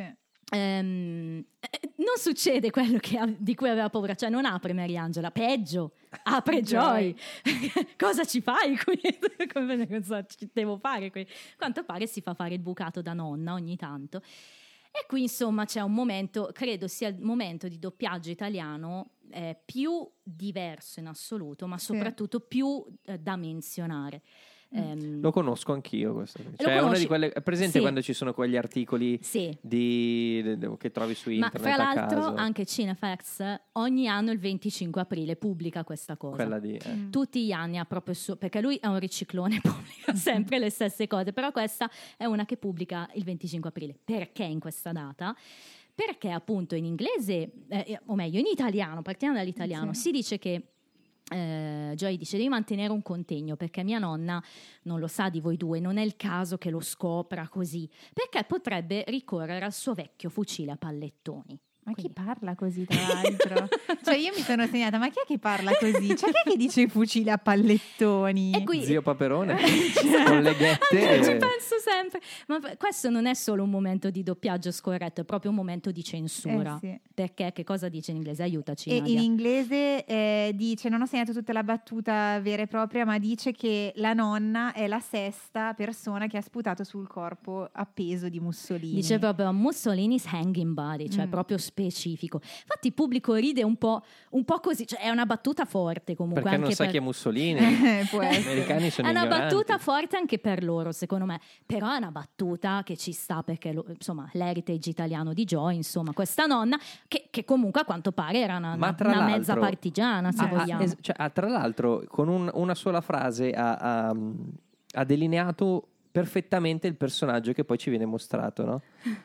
ehm, non succede quello che ha- di cui aveva paura, cioè non apre Mariangela, peggio, apre Joy. Cosa ci fai qui? Come cosa ci devo fare qui? Quanto pare si fa fare il bucato da nonna ogni tanto. E qui insomma c'è un momento, credo sia il momento di doppiaggio italiano eh, più diverso in assoluto, ma soprattutto più eh, da menzionare. Ehm, Lo conosco anch'io questo. Lo Cioè, è una conosci? di quelle. È presente Sì. quando ci sono quegli articoli Sì. di, che trovi su Ma internet fra a l'altro caso? anche Cinefx ogni anno il venticinque aprile pubblica questa cosa. Quella di. eh. Tutti gli anni ha proprio su, perché lui è un riciclone, pubblica sempre le stesse cose, però questa è una che pubblica il venticinque aprile. Perché in questa data? Perché appunto in inglese, eh, o meglio in italiano, partiamo dall'italiano, Sì. si dice che eh, Joy dice devi mantenere un contegno perché mia nonna non lo sa di voi due, non è il caso che lo scopra così, perché potrebbe ricorrere al suo vecchio fucile a pallettoni. Ma chi Quindi- parla così, tra l'altro? Cioè, io mi sono segnata, ma chi è che parla così? Cioè, chi è che dice fucile a pallettoni? E qui Zio Paperone con le ghette. Anche io ci e- penso sempre. Ma p- questo non è solo un momento di doppiaggio scorretto, è proprio un momento di censura. Eh, sì. Perché che cosa dice in inglese? Aiutaci. E Nadia. in inglese eh, dice, non ho segnato tutta la battuta vera e propria, ma dice che la nonna è la sesta persona che ha sputato sul corpo appeso di Mussolini. Dice proprio Mussolini's hanging body, cioè Mm. proprio specifico. Infatti il pubblico ride un po', un po' così, cioè è una battuta forte comunque. Perché anche non sa per... chi è Mussolini. Eh, può Gli essere. americani sono È una ignoranti. battuta forte anche per loro, secondo me, però è una battuta che ci sta perché lo- insomma l'heritage italiano di Joy, insomma questa nonna che, che comunque a quanto pare era una, Ma tra una mezza l'altro- partigiana, se Ah, ah, vogliamo. es- cioè, ah, tra l'altro, con un- una sola frase ha, ha- ha delineato perfettamente il personaggio che poi ci viene mostrato, no?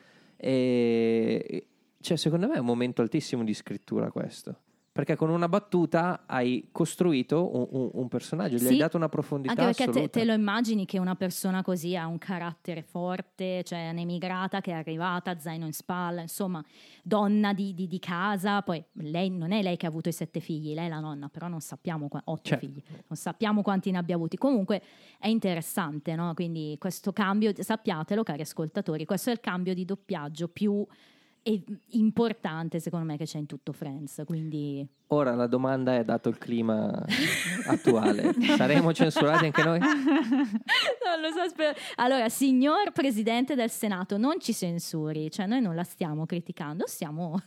E, cioè, secondo me è un momento altissimo di scrittura questo. Perché con una battuta hai costruito un, un- un personaggio, gli Sì, hai dato una profondità Anche perché te, assoluta. te lo immagini che una persona così ha un carattere forte, cioè è un'emigrata che è arrivata, zaino in spalla, insomma, donna di, di- di casa. Poi lei non è lei che ha avuto i sette figli, lei è la nonna, però non sappiamo qua- otto Certo. figli, non sappiamo quanti ne abbia avuti. Comunque è interessante, no? Quindi questo cambio, sappiatelo, cari ascoltatori, questo è il cambio di doppiaggio più e- importante secondo me che c'è in tutto Friends, quindi Ora la domanda è, dato il clima attuale, saremo censurati anche noi? non lo so, spero- allora signor Presidente del Senato non ci censuri, cioè noi non la stiamo criticando, stiamo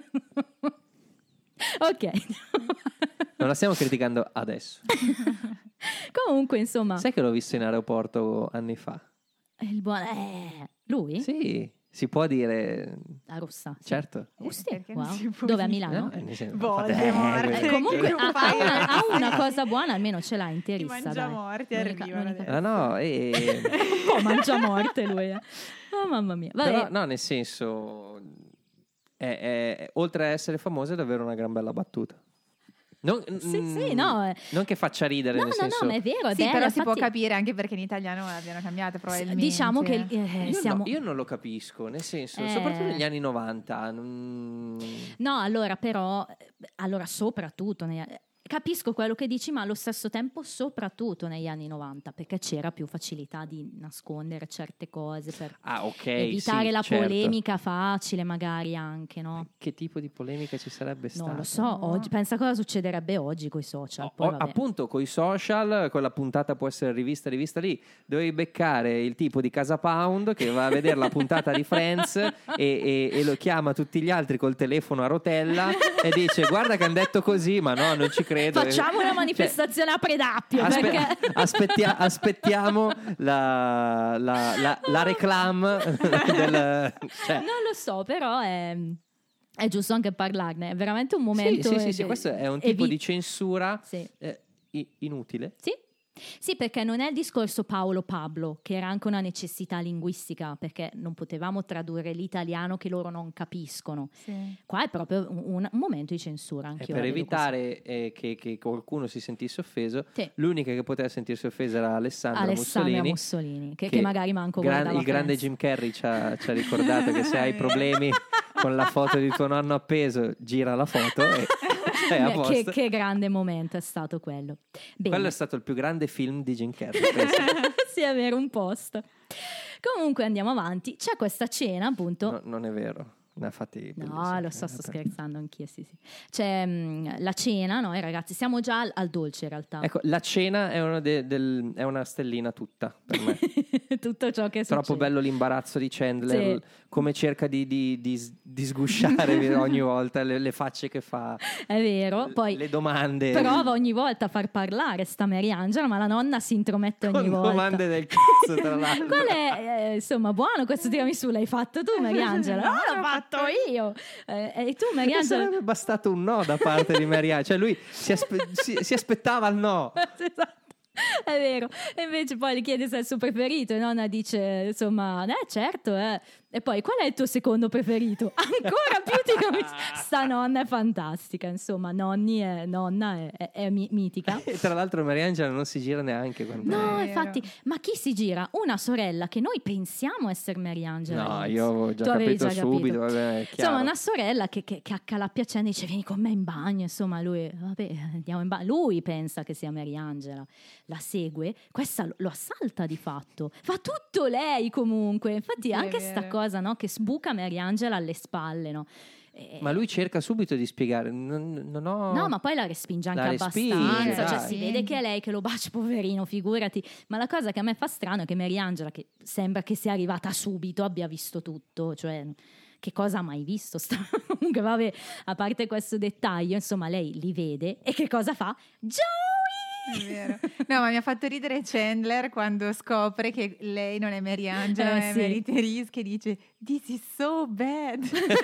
ok Non la stiamo criticando adesso. comunque insomma Sai che l'ho visto in aeroporto anni fa? il buon eh, lui? Sì, si può dire, La rossa sì. certo. Oh, sì, Perché wow. non si può Dove a dire? Milano? Eh, nel senso, Voldemort. fate- Eh, comunque Che ha, ha fai? una, ha una cosa buona, almeno ce l'ha interista. I dai. mangiamorti L'unica- arrivano l'unica- Ah, no, e... Un po' mangiamorte lui. eh. Oh mamma mia. Vabbè. Però, no, nel senso, è- è- oltre a essere famosa è davvero una gran bella battuta. Non, Sì, mm, sì, no, eh. non che faccia ridere, No, nel no, senso... no, ma è vero, è Sì, bella, però si può infatti- capire anche perché in italiano l'abbiano cambiato probabilmente. Diciamo che eh, Io, siamo... no- io non lo capisco, nel senso, Eh. soprattutto negli anni novanta. non- No, allora però, eh, allora soprattutto, negli- capisco quello che dici, ma allo stesso tempo soprattutto negli anni novanta, perché c'era più facilità di nascondere certe cose per Ah, ok, evitare sì, la certo. polemica facile magari anche, no? Che tipo di polemica ci sarebbe stata? Non lo so, oggi, pensa cosa succederebbe oggi con i social. O- poi o- vabbè. appunto con i social, quella puntata può essere rivista rivista lì, dovevi beccare il tipo di Casa Pound che va a vedere la puntata di Friends e, e- e lo chiama tutti gli altri col telefono a rotella e dice guarda che hanno detto così, ma no, non ci credo. Facciamo una Cioè, manifestazione a Predappio, aspe- perché... aspettia- aspettiamo la, la, la, la reclam del, cioè, Non lo so, però è, è giusto anche parlarne, è veramente un momento... sì, sì, sì, eh, sì, questo è un tipo evi- di censura Sì. eh, i- inutile. Sì. Sì, perché non è il discorso Paolo Pablo, che era anche una necessità linguistica, perché non potevamo tradurre l'italiano che loro non capiscono. Sì. Qua è proprio un, un momento di censura. E Anche per evitare eh, che, che qualcuno si sentisse offeso, Sì. l'unica che poteva sentirsi offesa era Alessandra, Alessandra Mussolini, Mussolini, che, che magari manco gran- guardava il grande Friends. Jim Carrey ci ha, ci ha ricordato che se hai problemi con la foto di tuo nonno appeso, gira la foto e è a Beh, posto. che, che grande momento è stato quello. Bene. Quello è stato il più grande film di Jim Carrey, penso. Sì, è vero, un post. Comunque andiamo avanti. C'è questa cena, appunto. No, non è vero. Ne ha fatti No, lo so, sto scherzando anch'io, sì, sì. C'è mh, la cena, no, ragazzi, siamo già al, al dolce in realtà. Ecco, la cena è una, de, del, è una stellina tutta per me. Tutto ciò che Troppo succede. bello l'imbarazzo di Chandler, Sì. come cerca di, di, di, di sgusciare ogni volta le, le facce che fa. È vero, poi le domande. prova ogni volta a far parlare sta Mariangela, ma la nonna si intromette ogni Con volta. domande del cazzo, tra l'altro. Qual è, eh, insomma, buono questo tiramisù? L'hai fatto tu, Mariangela? No, l'ho fatto io. Eh, e tu, E Mariangela? sarebbe bastato un no da parte di Mariangela, cioè lui si, aspe- si, si aspettava il no. Esatto. È vero, e invece poi le chiede se è il suo preferito e nonna dice insomma eh certo eh. E poi qual è il tuo secondo preferito? Ancora più ti sta nonna è fantastica, insomma nonni è, nonna è, è, è mi- mitica. E tra l'altro Mariangela non si gira neanche quando... No, È infatti, vero. ma chi si gira? Una sorella che noi pensiamo essere Mariangela. No, ragazzi. io avevo già Tu avevi capito già subito, vabbè, è chiaro. Insomma, una sorella che, che, che accalapia Chandler e dice vieni con me in bagno, insomma lui, vabbè, andiamo in bagno. Lui pensa che sia Mariangela, la segue, questa lo, lo assalta di fatto, fa tutto lei comunque, infatti Sì, anche è sta vero. cosa, no, che sbuca Mariangela alle spalle, no? E- Ma lui cerca subito di spiegare, non, non ho... No, ma poi la respinge anche La respinge, abbastanza, cioè dai. si vede che è lei che lo bacia, poverino, figurati. Ma la cosa che a me fa strano è che Mariangela, che sembra che sia arrivata subito, abbia visto tutto, cioè che cosa ha mai visto? Sta- Comunque vabbè, a parte questo dettaglio, insomma lei li vede e che cosa fa? È Joey! vero. No, ma mi ha fatto ridere Chandler quando scopre che lei non è Mariangela, Eh, ma è sì. Mary Therese, che dice "This is so bad".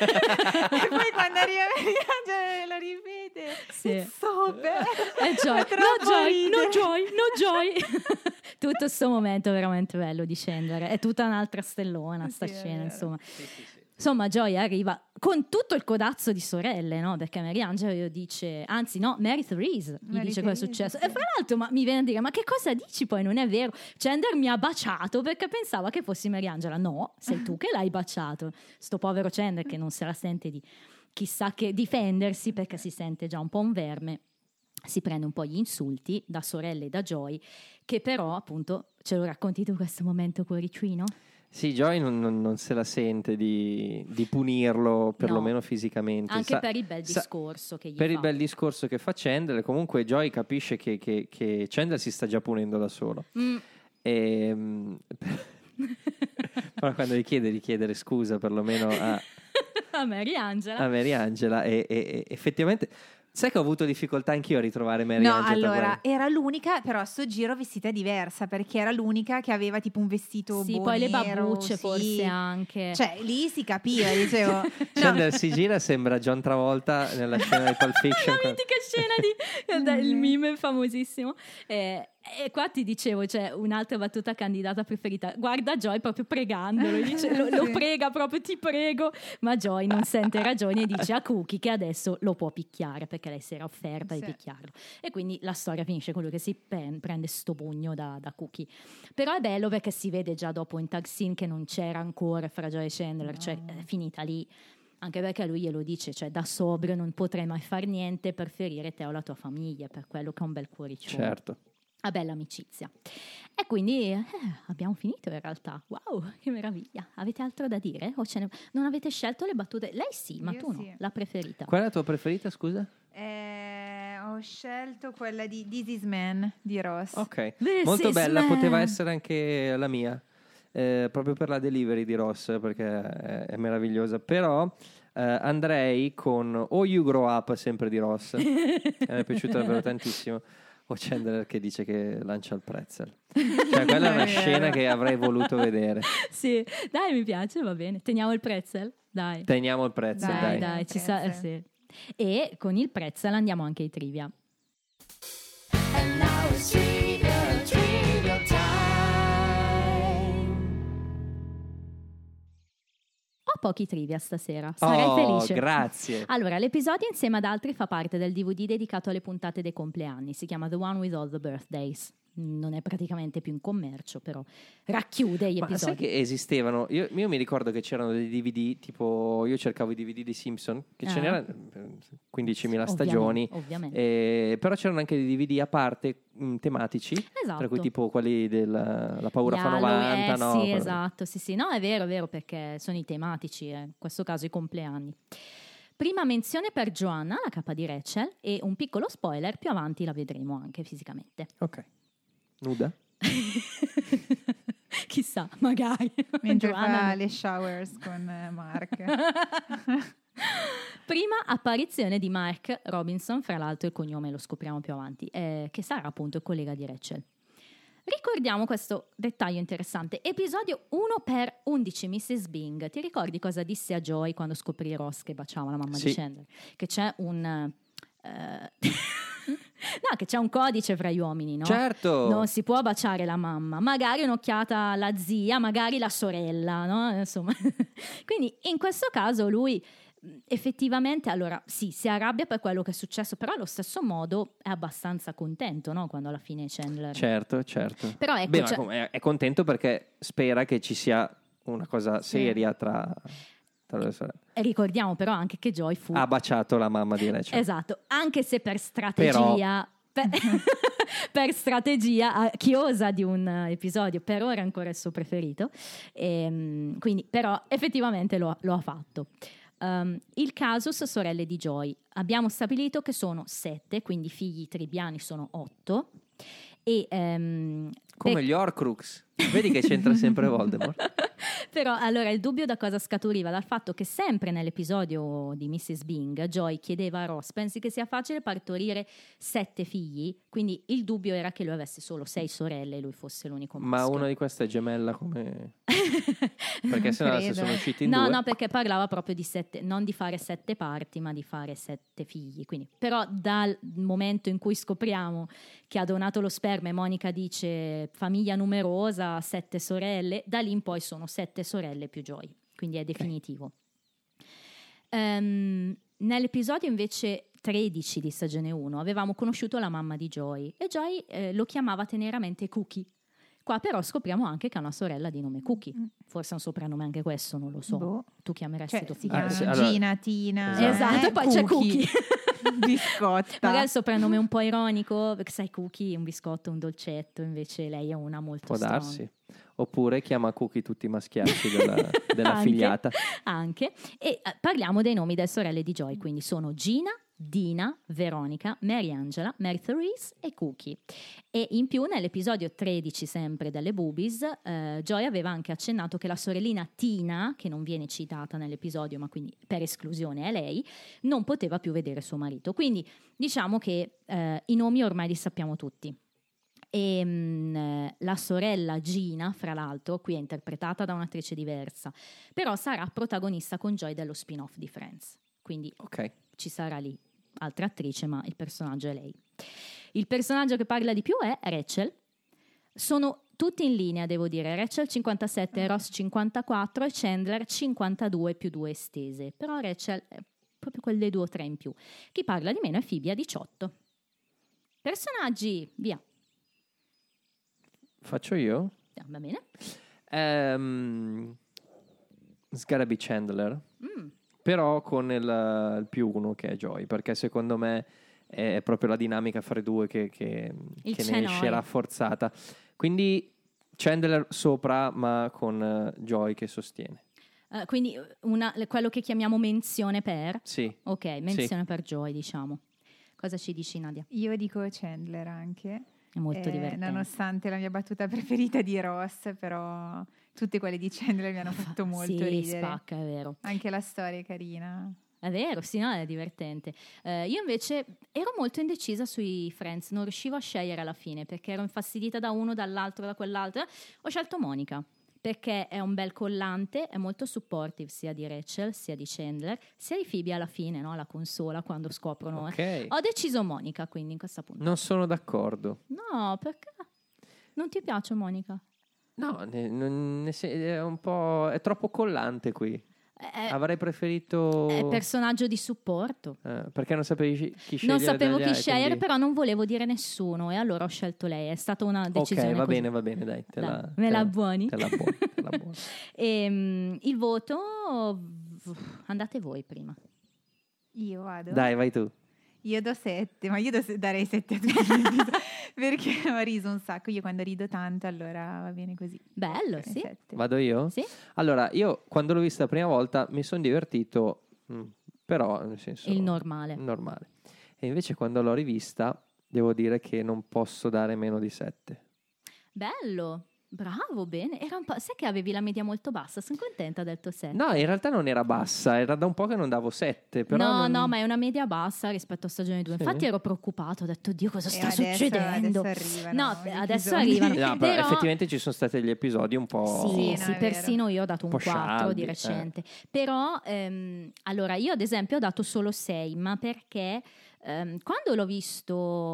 E poi quando arriva Mariangela la ripete Sì. "It's so bad". Eh, Joy. Fa No troppo Joy, no ridere. Joy, no Joy. Tutto questo momento veramente bello di Chandler. È tutta un'altra stellona sta Sì, è scena, vero. insomma. Insomma, Joy arriva con tutto il codazzo di sorelle, no? Perché Mariangela io dice, anzi no, Mary Therese gli Mary dice cosa è Therese, successo. sì. E fra l'altro ma, mi viene a dire, ma che cosa dici poi? Non è vero. Chandler mi ha baciato perché pensava che fossi Mariangela. No, sei tu che l'hai baciato. Sto povero Chandler che non se la sente di chissà che difendersi perché si sente già un po' un verme. Si prende un po' gli insulti da sorelle e da Joy, che però appunto ce lo racconti tu questo momento cuoricino? Sì, Joy non, non- non se la sente di, di punirlo, perlomeno No. fisicamente. Anche Sa- per il bel sa- discorso che gli per fa. il bel discorso che fa Chandler, comunque Joy capisce che, che, che Chandler si sta già punendo da solo. Mm. E, mm, però quando gli chiede di chiedere scusa perlomeno a, A Mariangela. a Mariangela e, e- e effettivamente... Sai che ho avuto difficoltà anch'io a ritrovare No, Mariangela? allora, era l'unica, però a sto giro vestita diversa, perché era l'unica che aveva tipo un vestito Sì, boh, poi le nero, babbucce sì. forse anche. Cioè, lì si capiva, dicevo. no, Chandler si gira, sembra John Travolta nella scena di Pulp Fiction. La mitica scena di il meme famosissimo. Eh, e qua ti dicevo, c'è un'altra battuta candidata preferita. Guarda Joy proprio pregandolo, dice, lo, lo Sì. prega proprio, ti prego. Ma Joy non sente ragioni e dice a Cookie che adesso lo può picchiare perché lei si era offerta Sì. di picchiarlo. E quindi la storia finisce con lui che si pen- prende sto pugno da, da Cookie. Però è bello perché si vede già dopo in tag scene che non c'era ancora fra Joy e Chandler, cioè è finita lì. Anche perché lui glielo dice, cioè da sobrio non potrei mai far niente per ferire te o la tua famiglia, per quello che è un bel cuoricino. Certo. Una bella amicizia. E quindi eh, abbiamo finito in realtà. Wow, che meraviglia. Avete altro da dire? O ce ne- Non avete scelto le battute? Lei sì, ma Io tu no, sì. la preferita. Qual è la tua preferita, scusa? Eh, ho scelto quella di This Is Man di Ross. Ok, This molto is bella, man. poteva essere anche la mia, eh, proprio per la delivery di Ross, perché è, è meravigliosa. Però eh, andrei con o You Grow Up, sempre di Ross, che mi è piaciuto davvero tantissimo, o Chandler che dice che lancia il pretzel. Cioè quella è una È vero. scena che avrei voluto vedere. Sì, dai, mi piace, va bene. Teniamo il pretzel? Dai. Teniamo il pretzel, Dai, dai. dai, ci sa, eh, Pretzel. sì. E con il pretzel andiamo anche ai trivia. And now it's trivia, trivia time. Ho pochi trivia stasera, sarei Oh, felice. grazie. Allora, l'episodio insieme ad altri fa parte del D V D dedicato alle puntate dei compleanni. Si chiama The One with All the Birthdays. non è praticamente più in commercio, però racchiude gli Ma sai episodi. che esistevano? Io, io mi ricordo che c'erano dei D V D, tipo io cercavo i D V D di Simpson, che ce Ah. n'erano eh, quindicimila Ovviamente, stagioni, ovviamente. eh, però c'erano anche dei D V D a parte mh, tematici, Esatto. tra cui tipo quelli della La paura Gli fa Halloween, novanta, eh, no? sì, Quello- esatto, sì, sì. No, è vero, è vero, perché sono i tematici, eh, in questo caso i compleanni. Prima menzione per Joanna, la capa di Rachel, e un piccolo spoiler, più avanti la vedremo anche fisicamente. Ok. Nuda? Chissà, magari. Mentre Joanna fa no. le showers con eh, Mark. Prima apparizione di Mark Robinson, fra l'altro il cognome lo scopriamo più avanti, eh, che sarà appunto il collega di Rachel. Ricordiamo questo dettaglio interessante. Episodio uno per undici, missus Bing. Ti ricordi cosa disse a Joy quando scoprì Ross che baciava la mamma Sì. di Chandler? Che c'è un... eh, no, che c'è un codice fra gli uomini, no? Certo! Non si può baciare la mamma, magari un'occhiata alla zia, magari la sorella, no? Insomma. Quindi in questo caso lui mh, effettivamente, allora sì, si arrabbia per quello che è successo, però allo stesso modo è abbastanza contento, no? Quando alla fine Chandler... Certo, certo. Però ecco, Beh, ma cioè- com- è, è contento perché spera che ci sia una cosa Sì. seria tra, tra le sorelle. E ricordiamo però anche che Joy fu... Ha baciato la mamma di Rachel. Esatto, anche se per strategia... Per, per strategia eh, chiosa di un eh, episodio, per ora è ancora il suo preferito. Ehm, quindi, però, effettivamente lo, lo ha fatto. Um, il casus sorelle di Joy. Abbiamo stabilito che sono sette, quindi figli tribiani sono otto. E, ehm, Come per- gli Horcrux. Vedi che c'entra sempre Voldemort. Però allora il dubbio da cosa scaturiva? Dal fatto che sempre nell'episodio di missus Bing Joy chiedeva a Ross: pensi che sia facile partorire sette figli? Quindi il dubbio era che lui avesse solo sei sorelle e lui fosse l'unico Ma maschio. una di queste è gemella come... Perché sennò se credo. sono usciti in No, due... no, perché parlava proprio di sette, non di fare sette parti, ma di fare sette figli. Quindi, però dal momento in cui scopriamo che ha donato lo sperma e Monica dice famiglia numerosa, sette sorelle, da lì in poi sono sette sorelle più Joy. Quindi è definitivo. Ehm, nell'episodio invece tredici di stagione uno avevamo conosciuto la mamma di Joy e Joy eh, lo chiamava teneramente Cookie. Qua però scopriamo anche che ha una sorella di nome Cookie. Forse è un soprannome anche questo, non lo so. Boh. Tu chiameresti Cioè, tuo si figlio. chiama Ah, sì, allora- Gina, Tina. Esatto. Esatto, eh, e poi c'è Cookie. Biscotta. Magari il soprannome un po' ironico, perché sai Cookie, un biscotto, un dolcetto, invece lei è una molto Può strong. darsi. Oppure chiama Cookie tutti i maschiacci della, della Anche. figliata. Anche. E eh, parliamo dei nomi delle sorelle di Joy, quindi sono Gina, Dina, Veronica, Mary Angela, Mary Therese e Cookie. E in più nell'episodio tredici sempre delle Boobies, eh, Joy aveva anche accennato che la sorellina Tina, che non viene citata nell'episodio ma quindi per esclusione è lei, non poteva più vedere suo marito. Quindi diciamo che eh, i nomi ormai li sappiamo tutti. E mh, la sorella Gina, fra l'altro, qui è interpretata da un'attrice diversa, però sarà protagonista con Joy dello spin-off di Friends. Quindi Ok. ci sarà lì altra attrice, ma il personaggio è lei. Il personaggio che parla di più è Rachel. Sono tutti in linea, devo dire. Rachel cinquantasette, Ross cinquantaquattro e Chandler cinquantadue più due estese. Però Rachel è proprio quelle due o tre in più. Chi parla di meno è Phoebe a diciotto. Personaggi, via. Faccio io? Ah, va bene. Ehm, it's gotta be Chandler. Mm. Però con il, il più uno che è Joy, perché secondo me è proprio la dinamica fra i due che, che, Il che c'è ne noi. esce rafforzata. Quindi Chandler sopra, ma con eh, Joy che sostiene. Eh, quindi una- quello che chiamiamo menzione per. Sì. Ok, menzione per Joy, diciamo. Cosa ci dici, Nadia? Io dico Chandler anche. È molto Eh, divertente. Nonostante la mia battuta preferita di Ross, però tutte quelle di Chandler mi hanno fatto molto sì, ridere. spacca, è vero. Anche la storia è carina. È vero, sì, no, è divertente. Eh, io invece ero molto indecisa sui Friends, non riuscivo a scegliere alla fine perché ero infastidita da uno, dall'altro, da quell'altro. Ho scelto Monica perché è un bel collante, è molto supportive sia di Rachel, sia di Chandler, sia di Phoebe alla fine, no? La consola quando scoprono. Ok. Ho deciso Monica, quindi in questa puntata. Non sono d'accordo. No, perché? Non ti piace Monica? No, ne- non- ne se- è un po'... è troppo collante qui. Eh, Avrei preferito... È personaggio di supporto. Eh, perché non sapevi chi scegliere? Non sapevo dagli chi altri, scegliere, quindi- però non volevo dire nessuno e allora ho scelto lei. È stata una decisione Ok, va così. bene, va bene, dai. Te Dai, la, me te la buoni? Te la buoni, te la buoni. Ehm, il voto, andate voi prima. Io vado. Dai, vai tu. Io do sette, ma io do- darei sette a tutti perché ho riso un sacco. Io quando rido tanto, allora va bene così. Bello, Ok, sì. sette. Vado io? Sì? Allora, io quando l'ho vista la prima volta mi sono divertito, mh, però nel senso... Il normale. Normale. E invece quando l'ho rivista, devo dire che non posso dare meno di sette. Bello, bravo, bene. Era un po'... Sai che avevi la media molto bassa? Sono contenta del tuo set. No, in realtà non era bassa, era da un po' che non davo sette. Però no, non- no, ma è una media bassa rispetto a stagione due. Sì? Infatti ero preoccupato, ho detto, Dio, cosa E sta adesso- succedendo? adesso arrivano no, gli adesso episodi. arrivano. No, però, Però- effettivamente ci sono stati degli episodi un po'... Sì, Sì, no, sì, è persino io ho dato un Un po' quattro scialbi, di eh. recente. Però, ehm, allora, io ad esempio ho dato solo sei, ma perché ehm, quando l'ho visto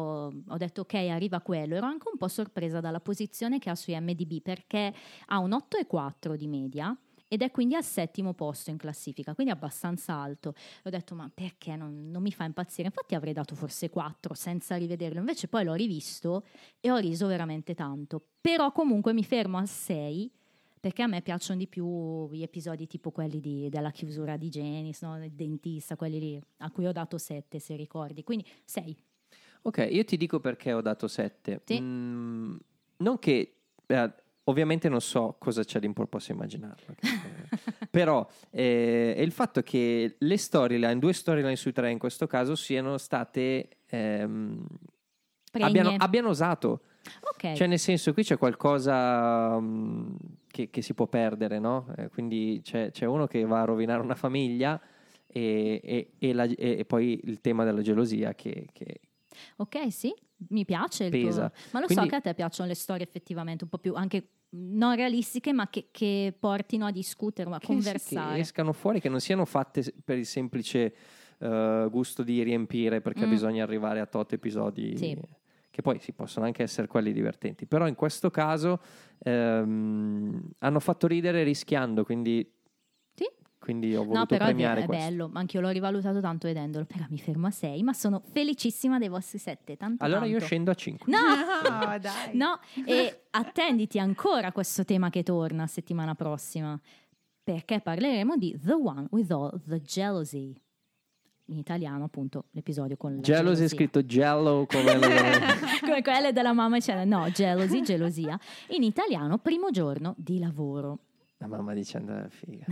ho detto ok, arriva quello, ero anche un po' sorpresa dalla posizione che ha su I M D B, perché ha un otto e quattro di media ed è quindi al settimo posto in classifica, quindi abbastanza alto. Ho detto ma perché non, non mi fa impazzire? Infatti avrei dato forse quattro senza rivederlo, invece poi l'ho rivisto e ho riso veramente tanto. Però comunque mi fermo al sei perché a me piacciono di più gli episodi tipo quelli di- della chiusura di Janice, no? Il dentista, quelli lì a cui ho dato sette, se ricordi. Quindi sei. Ok, io ti dico perché ho dato sette. Sì. Mm, non che... eh, ovviamente non so cosa c'è di impor- posso immaginarlo. eh, però eh, è il fatto che le storyline, due storyline su tre in questo caso, siano state... ehm, Pregne. abbiano, abbiano osato. Ok. Cioè, nel senso, qui c'è qualcosa mm, che, che si può perdere, no? Eh, quindi c'è, c'è uno che va a rovinare una famiglia e, e- e la- e- e poi il tema della gelosia che, che- Ok, sì, mi piace il Pesa. tuo... Ma lo Quindi- so che a te piacciono le storie effettivamente un po' più anche non realistiche, ma che, che portino a discutere, a che, conversare. che escano fuori, che non siano fatte s- per il semplice eh, gusto di riempire, perché Mm. bisogna arrivare a tot episodi. Sì. Che poi si possono anche essere quelli divertenti, però in questo caso ehm, hanno fatto ridere rischiando, quindi, Sì. quindi ho voluto No, però è, be- premiare è questo. bello, anche io l'ho rivalutato tanto vedendolo, però mi fermo a sei, ma sono felicissima dei vostri sette, tanto Allora io tanto. scendo a cinque. No! No, dai. No, e attenditi ancora questo tema che torna settimana prossima, perché parleremo di The One with All the Jealousy. In italiano, appunto, l'episodio con la Jealousy è gelosia. scritto jello come le... Come quelle della mamma, c'era no, jealousy, gelosia. In italiano, primo giorno di lavoro. La mamma dicendo figa.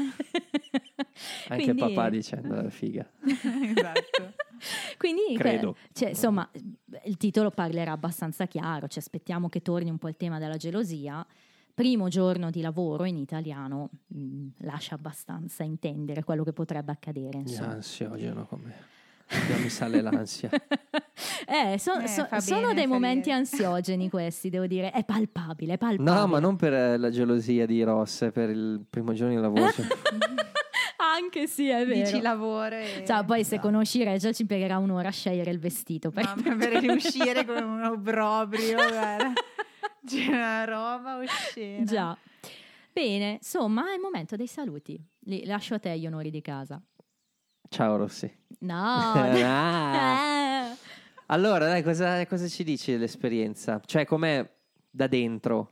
Anche Quindi- il papà dicendo figa. Esatto. Quindi, Credo. que- cioè, insomma, il titolo parlerà abbastanza chiaro, ci aspettiamo che torni un po' il tema della gelosia. Primo giorno di lavoro in italiano mh, lascia abbastanza intendere quello che potrebbe accadere. È Insomma. ansiogeno come... Già mi sale l'ansia. Eh, so- Eh, so- fa sono bene, dei fa momenti bene. ansiogeni questi, devo dire. È palpabile, è palpabile. No, ma non per eh, la gelosia di Ross, è per il primo giorno di lavoro. cioè, Anche sì, è vero. Dici lavoro e... Cioè, poi se conosci Regia ci pregherà un'ora a scegliere il vestito. Per... Mamma, per riuscire come un obbrobrio, guarda. C'è una roba oscena. Già. Bene, insomma, è il momento dei saluti. Li lascio a te gli onori di casa. Ciao Rossi. No. Ah. Eh. Allora, dai, cosa, cosa ci dici dell'esperienza? Cioè, com'è da dentro?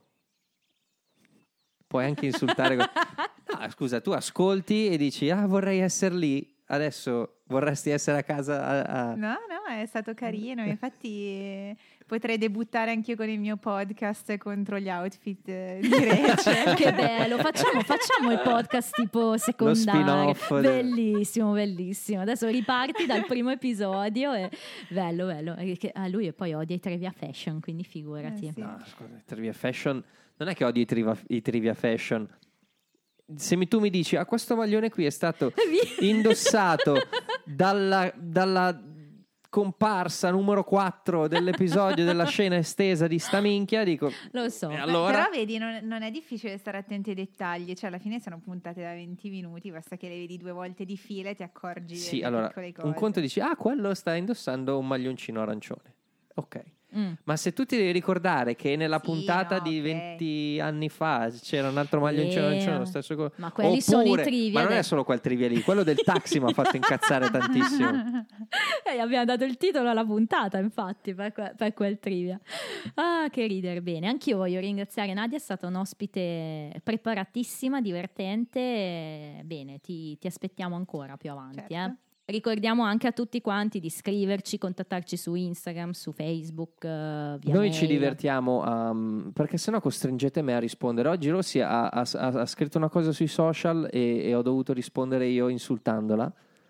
Puoi anche insultare... co- Ah, scusa, tu ascolti e dici, ah, vorrei essere lì. Adesso vorresti essere a casa a... a- No, no, è stato carino. Infatti eh, potrei debuttare anch'io con il mio podcast contro gli outfit eh, di Rachel. Che bello, facciamo, facciamo il podcast tipo secondario. spin-off. Bellissimo, bellissimo. Adesso riparti dal primo episodio. E... Bello, bello. E che- ah, lui poi odia i trivia fashion, quindi figurati. Eh, sì. No, scusa, i trivia fashion... Non è che odio i trivia, i trivia fashion. Se mi- tu mi dici, ah, questo maglione qui è stato indossato dalla, dalla comparsa numero quattro dell'episodio della scena estesa di sta minchia, dico... Lo so. E Beh, allora... Però vedi, non, non è difficile stare attenti ai dettagli, cioè alla fine sono puntate da venti minuti, basta che le vedi due volte di fila e ti accorgi Sì, delle allora, piccole cose. un conto dici, ah, quello sta indossando un maglioncino arancione. Ok. Mm. Ma se tu ti devi ricordare che nella Sì, puntata no, di ok. venti anni fa c'era un altro maglioncino, Eh, c'era lo stesso co- ma quelli sono i trivia ma non è del- solo quel trivia lì, quello del taxi mi ha fatto incazzare tantissimo. Eh, abbiamo dato il titolo alla puntata, infatti, per, que- per quel trivia. Ah, che ridere. Bene, anch'io voglio ringraziare Nadia, è stata un ospite preparatissima, divertente. Bene, ti, ti aspettiamo ancora più avanti. Certo. Eh. Ricordiamo anche a tutti quanti di scriverci, contattarci su Instagram, su Facebook, eh, via Noi mail. ci divertiamo um, perché sennò costringete me a rispondere. Oggi Rossi ha, ha- ha- ha scritto una cosa sui social e, e ho dovuto rispondere io insultandola.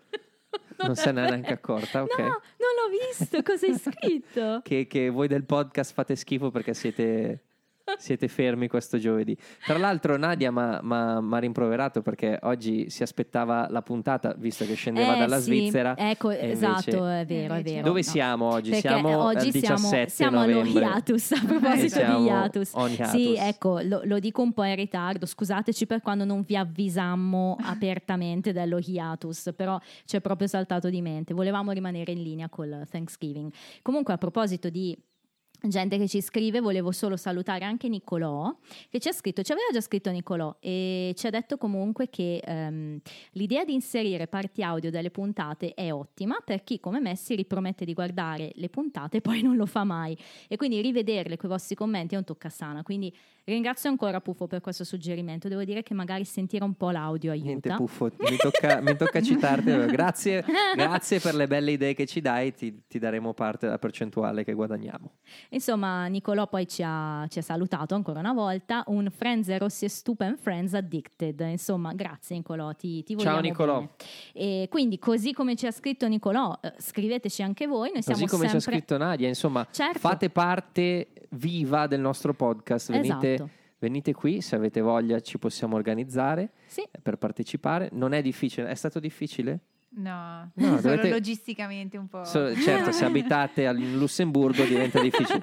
Non, se ne è neanche accorta, ok? No, non l'ho visto. Cosa hai scritto? Che, che voi del podcast fate schifo perché siete, siete fermi questo giovedì. Tra l'altro Nadia mi ha rimproverato perché oggi si aspettava la puntata, visto che scendeva Eh, dalla sì, Svizzera. ecco, e esatto, invece- è vero, è invece- vero. Dove no. siamo oggi? Perché Siamo oggi al diciassette siamo, siamo allo novembre. hiatus, a proposito Siamo di hiatus. on hiatus. Sì, ecco, lo, lo dico un po' in ritardo, scusateci per quando non vi avvisammo apertamente dello hiatus, però ci è proprio saltato di mente, volevamo rimanere in linea col Thanksgiving. Comunque, a proposito di gente che ci scrive, volevo solo salutare anche Nicolò, che ci ha scritto, ci aveva già scritto Nicolò e ci ha detto comunque che ehm, l'idea di inserire parti audio delle puntate è ottima per chi come me si ripromette di guardare le puntate e poi non lo fa mai, e quindi rivederle con i vostri commenti è un toccasana. Quindi ringrazio ancora Puffo per questo suggerimento, devo dire che magari sentire un po' l'audio aiuta. Niente Puffo, mi tocca, mi tocca citarti. Grazie, grazie per le belle idee che ci dai, ti, ti daremo parte della percentuale che guadagniamo. Insomma, Nicolò poi ci ha, ci ha salutato ancora una volta, un Friends e Rossi e Stupa and Friends Addicted. Insomma, grazie Nicolò, ti, ti vogliamo Ciao Nicolò. bene. E quindi, così come ci ha scritto Nicolò, eh, scriveteci anche voi, noi siamo Così come sempre... ci ha scritto Nadia, insomma, Certo. fate parte viva del nostro podcast. Venite, Esatto. venite qui, se avete voglia ci possiamo organizzare Sì. per partecipare. Non è difficile, è stato difficile? No, No, solo dovete- logisticamente un po'. So- certo, se abitate al- in Lussemburgo diventa difficile.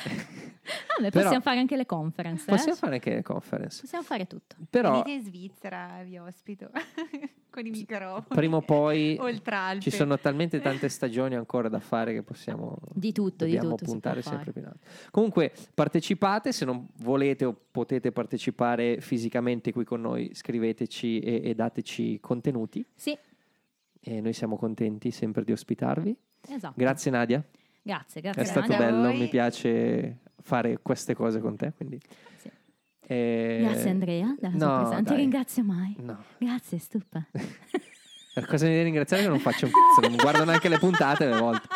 Vabbè, Però- possiamo fare anche le conference. eh? Possiamo fare anche le conference. Possiamo fare tutto. Però Venite in Svizzera, vi ospito con i microfoni. prima o poi Oltre Alpe. ci sono talmente tante stagioni ancora da fare che possiamo Di tutto, di dobbiamo tutto si puntare può sempre fare. più in alto. Comunque partecipate, se non volete o potete partecipare fisicamente qui con noi, scriveteci e, e dateci contenuti Sì, e noi siamo contenti sempre di ospitarvi. esatto. Grazie Nadia, Grazie, è grazie. stato Nadia. a bello, voi. mi piace fare queste cose con te, quindi Sì. eh, Grazie Andrea della no, sua presenza. Non ti dai. ringrazio mai. No. Grazie, Stupa. Per cosa mi devi ringraziare che non faccio un cazzo, non guardo neanche le puntate alle volte.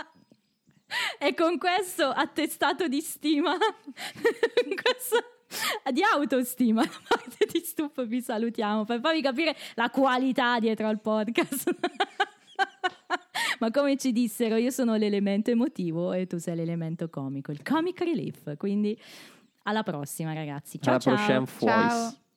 E con questo attestato di stima, questo- di autostima da parte di Stupa, vi salutiamo per farvi capire la qualità dietro al podcast. Ma come ci dissero, io sono l'elemento emotivo e tu sei l'elemento comico, il comic relief. Quindi alla prossima ragazzi. Ciao Alla ciao. prochaine fois. Ciao.